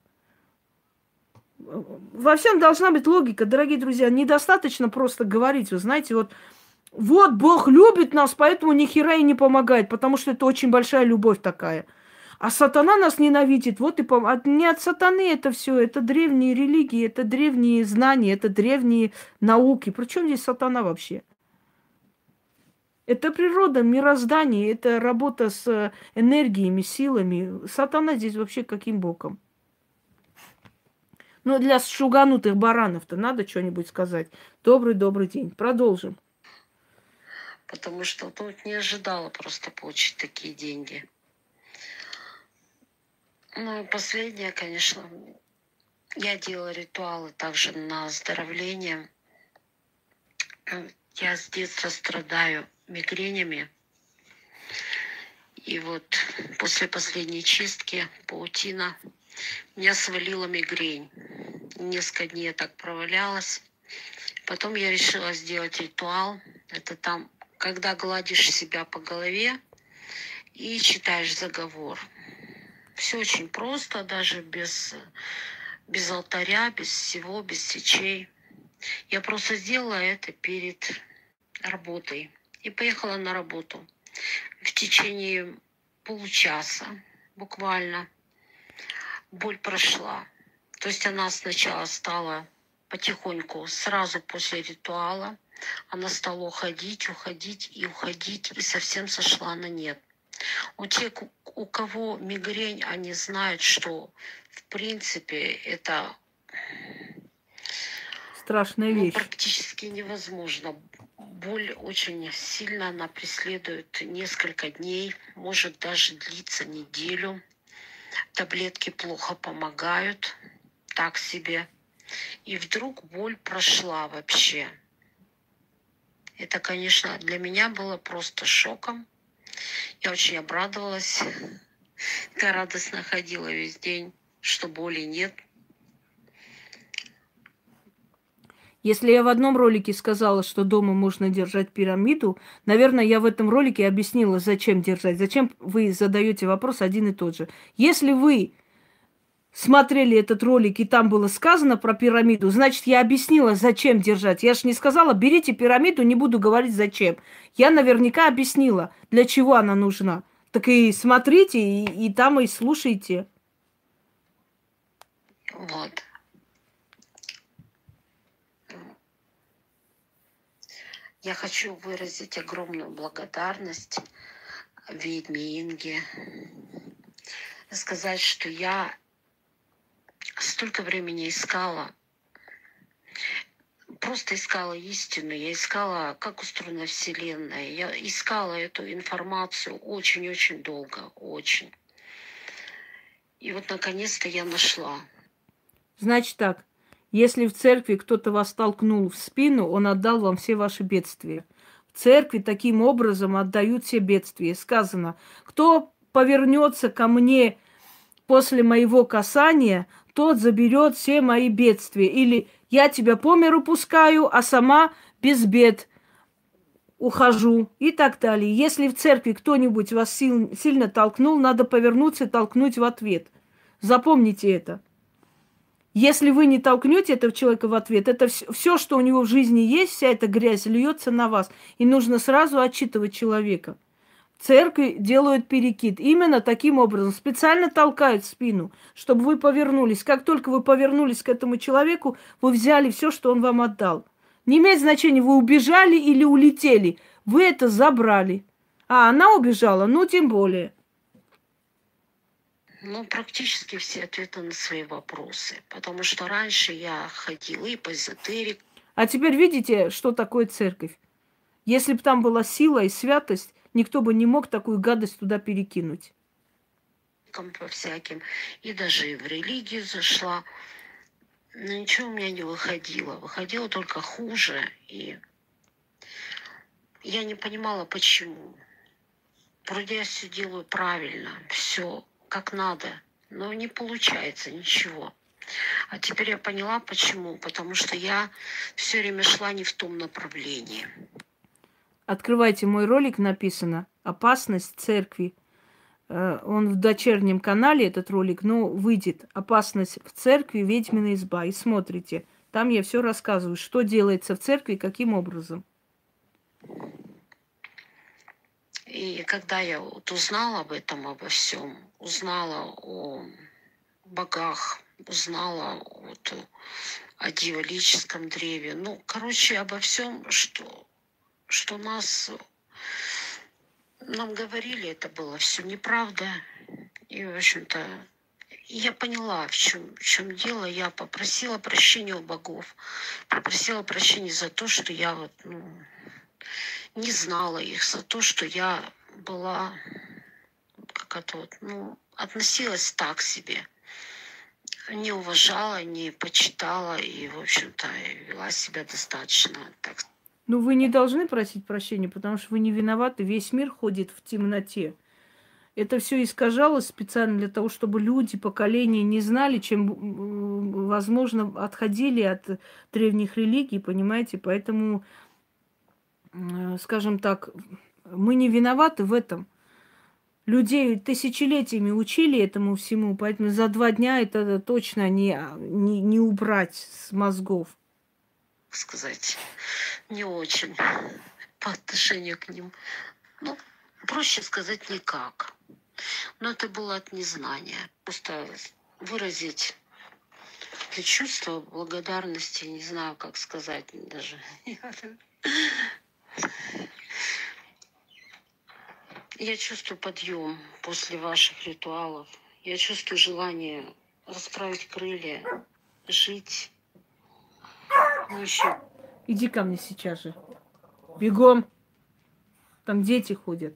Во всем должна быть логика, дорогие друзья. Недостаточно просто говорить. Вы знаете, вот, вот Бог любит нас, поэтому ни хера и не помогает, потому что это очень большая любовь такая. А сатана нас ненавидит. Вот и пом... Не от сатаны это все. Это древние религии, это древние знания, это древние науки. Причем здесь сатана вообще? Это природа, мироздание, это работа с энергиями, силами. Сатана здесь вообще каким боком? Ну, для шуганутых баранов-то надо что-нибудь сказать. Добрый-добрый день. Продолжим. Потому что тут не ожидала просто получить такие деньги. Ну и последнее, конечно, я делала ритуалы также на оздоровление. Я с детства страдаю мигренями. И вот после последней чистки паутина меня свалила мигрень. Несколько дней я так провалялась. Потом я решила сделать ритуал. Это там, когда гладишь себя по голове и читаешь заговор. Все очень просто, даже без, без алтаря, без всего, без свечей. Я просто сделала это перед работой и поехала на работу. В течение получаса буквально боль прошла. То есть она сначала стала потихоньку, сразу после ритуала, она стала уходить, уходить и уходить, и совсем сошла на нет. У тех, у кого мигрень, они знают, что в принципе это Страшная ну, вещь. практически невозможно. Боль очень сильно, она преследует несколько дней, может даже длиться неделю. Таблетки плохо помогают, так себе. И вдруг боль прошла вообще. Это, конечно, для меня было просто шоком. Я очень обрадовалась. Я радостно ходила весь день, что боли нет. Если я в одном ролике сказала, что дома можно держать пирамиду, наверное, я в этом ролике объяснила, зачем держать. Зачем вы задаете вопрос один и тот же. Если вы смотрели этот ролик, и там было сказано про пирамиду, значит, я объяснила, зачем держать. Я же не сказала, берите пирамиду, не буду говорить, зачем. Я наверняка объяснила, для чего она нужна. Так и смотрите, и, и там и слушайте. Вот. Я хочу выразить огромную благодарность ведьме Инге. Сказать, что я столько времени искала, просто искала истину, я искала, как устроена Вселенная, я искала эту информацию очень-очень долго, очень. И вот наконец-то я нашла. Значит так, если в церкви кто-то вас толкнул в спину, он отдал вам все ваши бедствия. В церкви таким образом отдают все бедствия. Сказано, кто повернется ко мне после моего касания, тот заберет все мои бедствия. Или я тебя по миру пускаю, а сама без бед ухожу и так далее. Если в церкви кто-нибудь вас сил, сильно толкнул, надо повернуться и толкнуть в ответ. Запомните это. Если вы не толкнете этого человека в ответ, это все, что у него в жизни есть, вся эта грязь льется на вас. И нужно сразу отчитывать человека. Церкви делают перекид. Именно таким образом. Специально толкают в спину, чтобы вы повернулись. Как только вы повернулись к этому человеку, вы взяли все, что он вам отдал. Не имеет значения, вы убежали или улетели. Вы это забрали. А она убежала, ну тем более. Ну, практически все ответы на свои вопросы. Потому что раньше я ходила и по эзотерике. А теперь видите, что такое церковь? Если бы там была сила и святость, никто бы не мог такую гадость туда перекинуть. По всяким. И даже и в религию зашла. Но ничего у меня не выходило. Выходило только хуже. И я не понимала, почему. Вроде я все делаю правильно. Все как надо. Но не получается ничего. А теперь я поняла, почему. Потому что я все время шла не в том направлении. Открывайте мой ролик, написано «Опасность церкви». Он в дочернем канале, этот ролик, но выйдет «Опасность в церкви, ведьмина изба». И смотрите, там я все рассказываю, что делается в церкви, каким образом. И когда я вот узнала об этом, обо всем, узнала о богах, узнала вот о дьяволическом древе, ну, короче, обо всем, что, что нас, нам говорили, это было все неправда. И, в общем-то, я поняла, в чем, в чем дело. Я попросила прощения у богов, попросила прощения за то, что я вот, ну, не знала их, за то, что я была, как это вот, ну, относилась так себе. Не уважала, не почитала и, в общем-то, вела себя достаточно так. Ну, вы не должны просить прощения, потому что вы не виноваты. Весь мир ходит в темноте. Это все искажалось специально для того, чтобы люди, поколения не знали, чем, м, возможно, отходили от древних религий, понимаете? Поэтому, м, скажем так, мы не виноваты в этом. Людей тысячелетиями учили этому всему, поэтому за два дня это точно не, не, не убрать с мозгов. Сказать, не очень по отношению к ним. Ну, проще сказать никак. Но это было от незнания. Просто выразить это чувство благодарности, не знаю, как сказать даже. Я чувствую подъем после ваших ритуалов. Я чувствую желание расправить крылья, жить. Ну, еще Иди ко мне сейчас же. Бегом. Там дети ходят.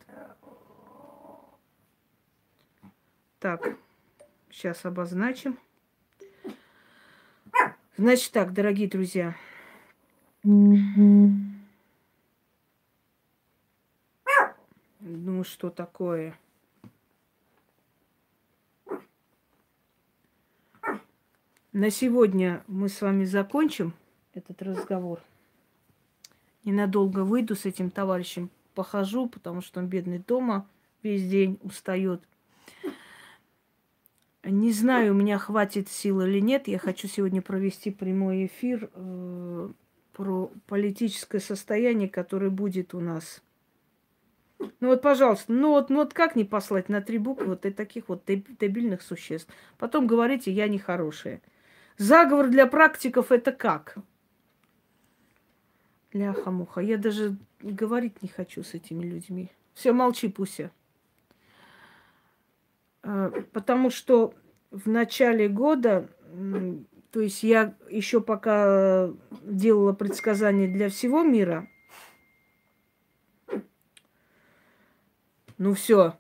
Так, сейчас обозначим. Значит так, дорогие друзья. Ну, что такое? На сегодня мы с вами закончим этот разговор. Ненадолго выйду с этим товарищем, похожу, потому что он бедный дома весь день устает. Не знаю, у меня хватит сил или нет. Я хочу сегодня провести прямой эфир э, про политическое состояние, которое будет у нас. Ну вот, пожалуйста, ну вот, ну вот как не послать на три буквы вот и таких вот дебильных существ? Потом говорите, я нехорошая. Заговор для практиков это как? Ляха-муха. Я даже говорить не хочу с этими людьми. Все, молчи, Пуся. Потому что в начале года, то есть я еще пока делала предсказания для всего мира, ну все.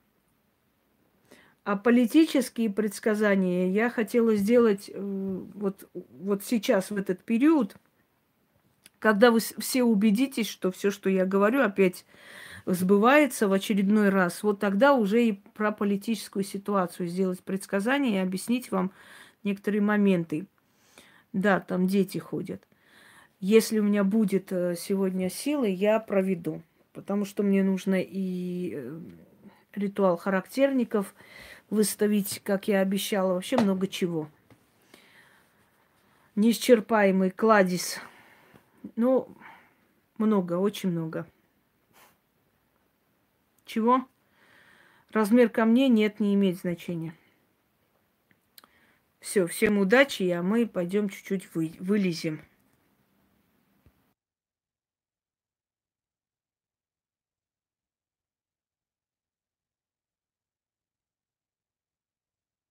А политические предсказания я хотела сделать вот, вот сейчас, в этот период, когда вы все убедитесь, что все, что я говорю, опять сбывается в очередной раз, вот тогда уже и про политическую ситуацию сделать предсказание и объяснить вам некоторые моменты. Да, там дети ходят. Если у меня будет сегодня силы, я проведу. Потому что мне нужно и ритуал характерников выставить, как я обещала, вообще много чего. Неисчерпаемый кладезь. Ну, много, очень много. Чего? Размер камней нет, не имеет значения. Все, всем удачи, а мы пойдем чуть-чуть вы, вылезем.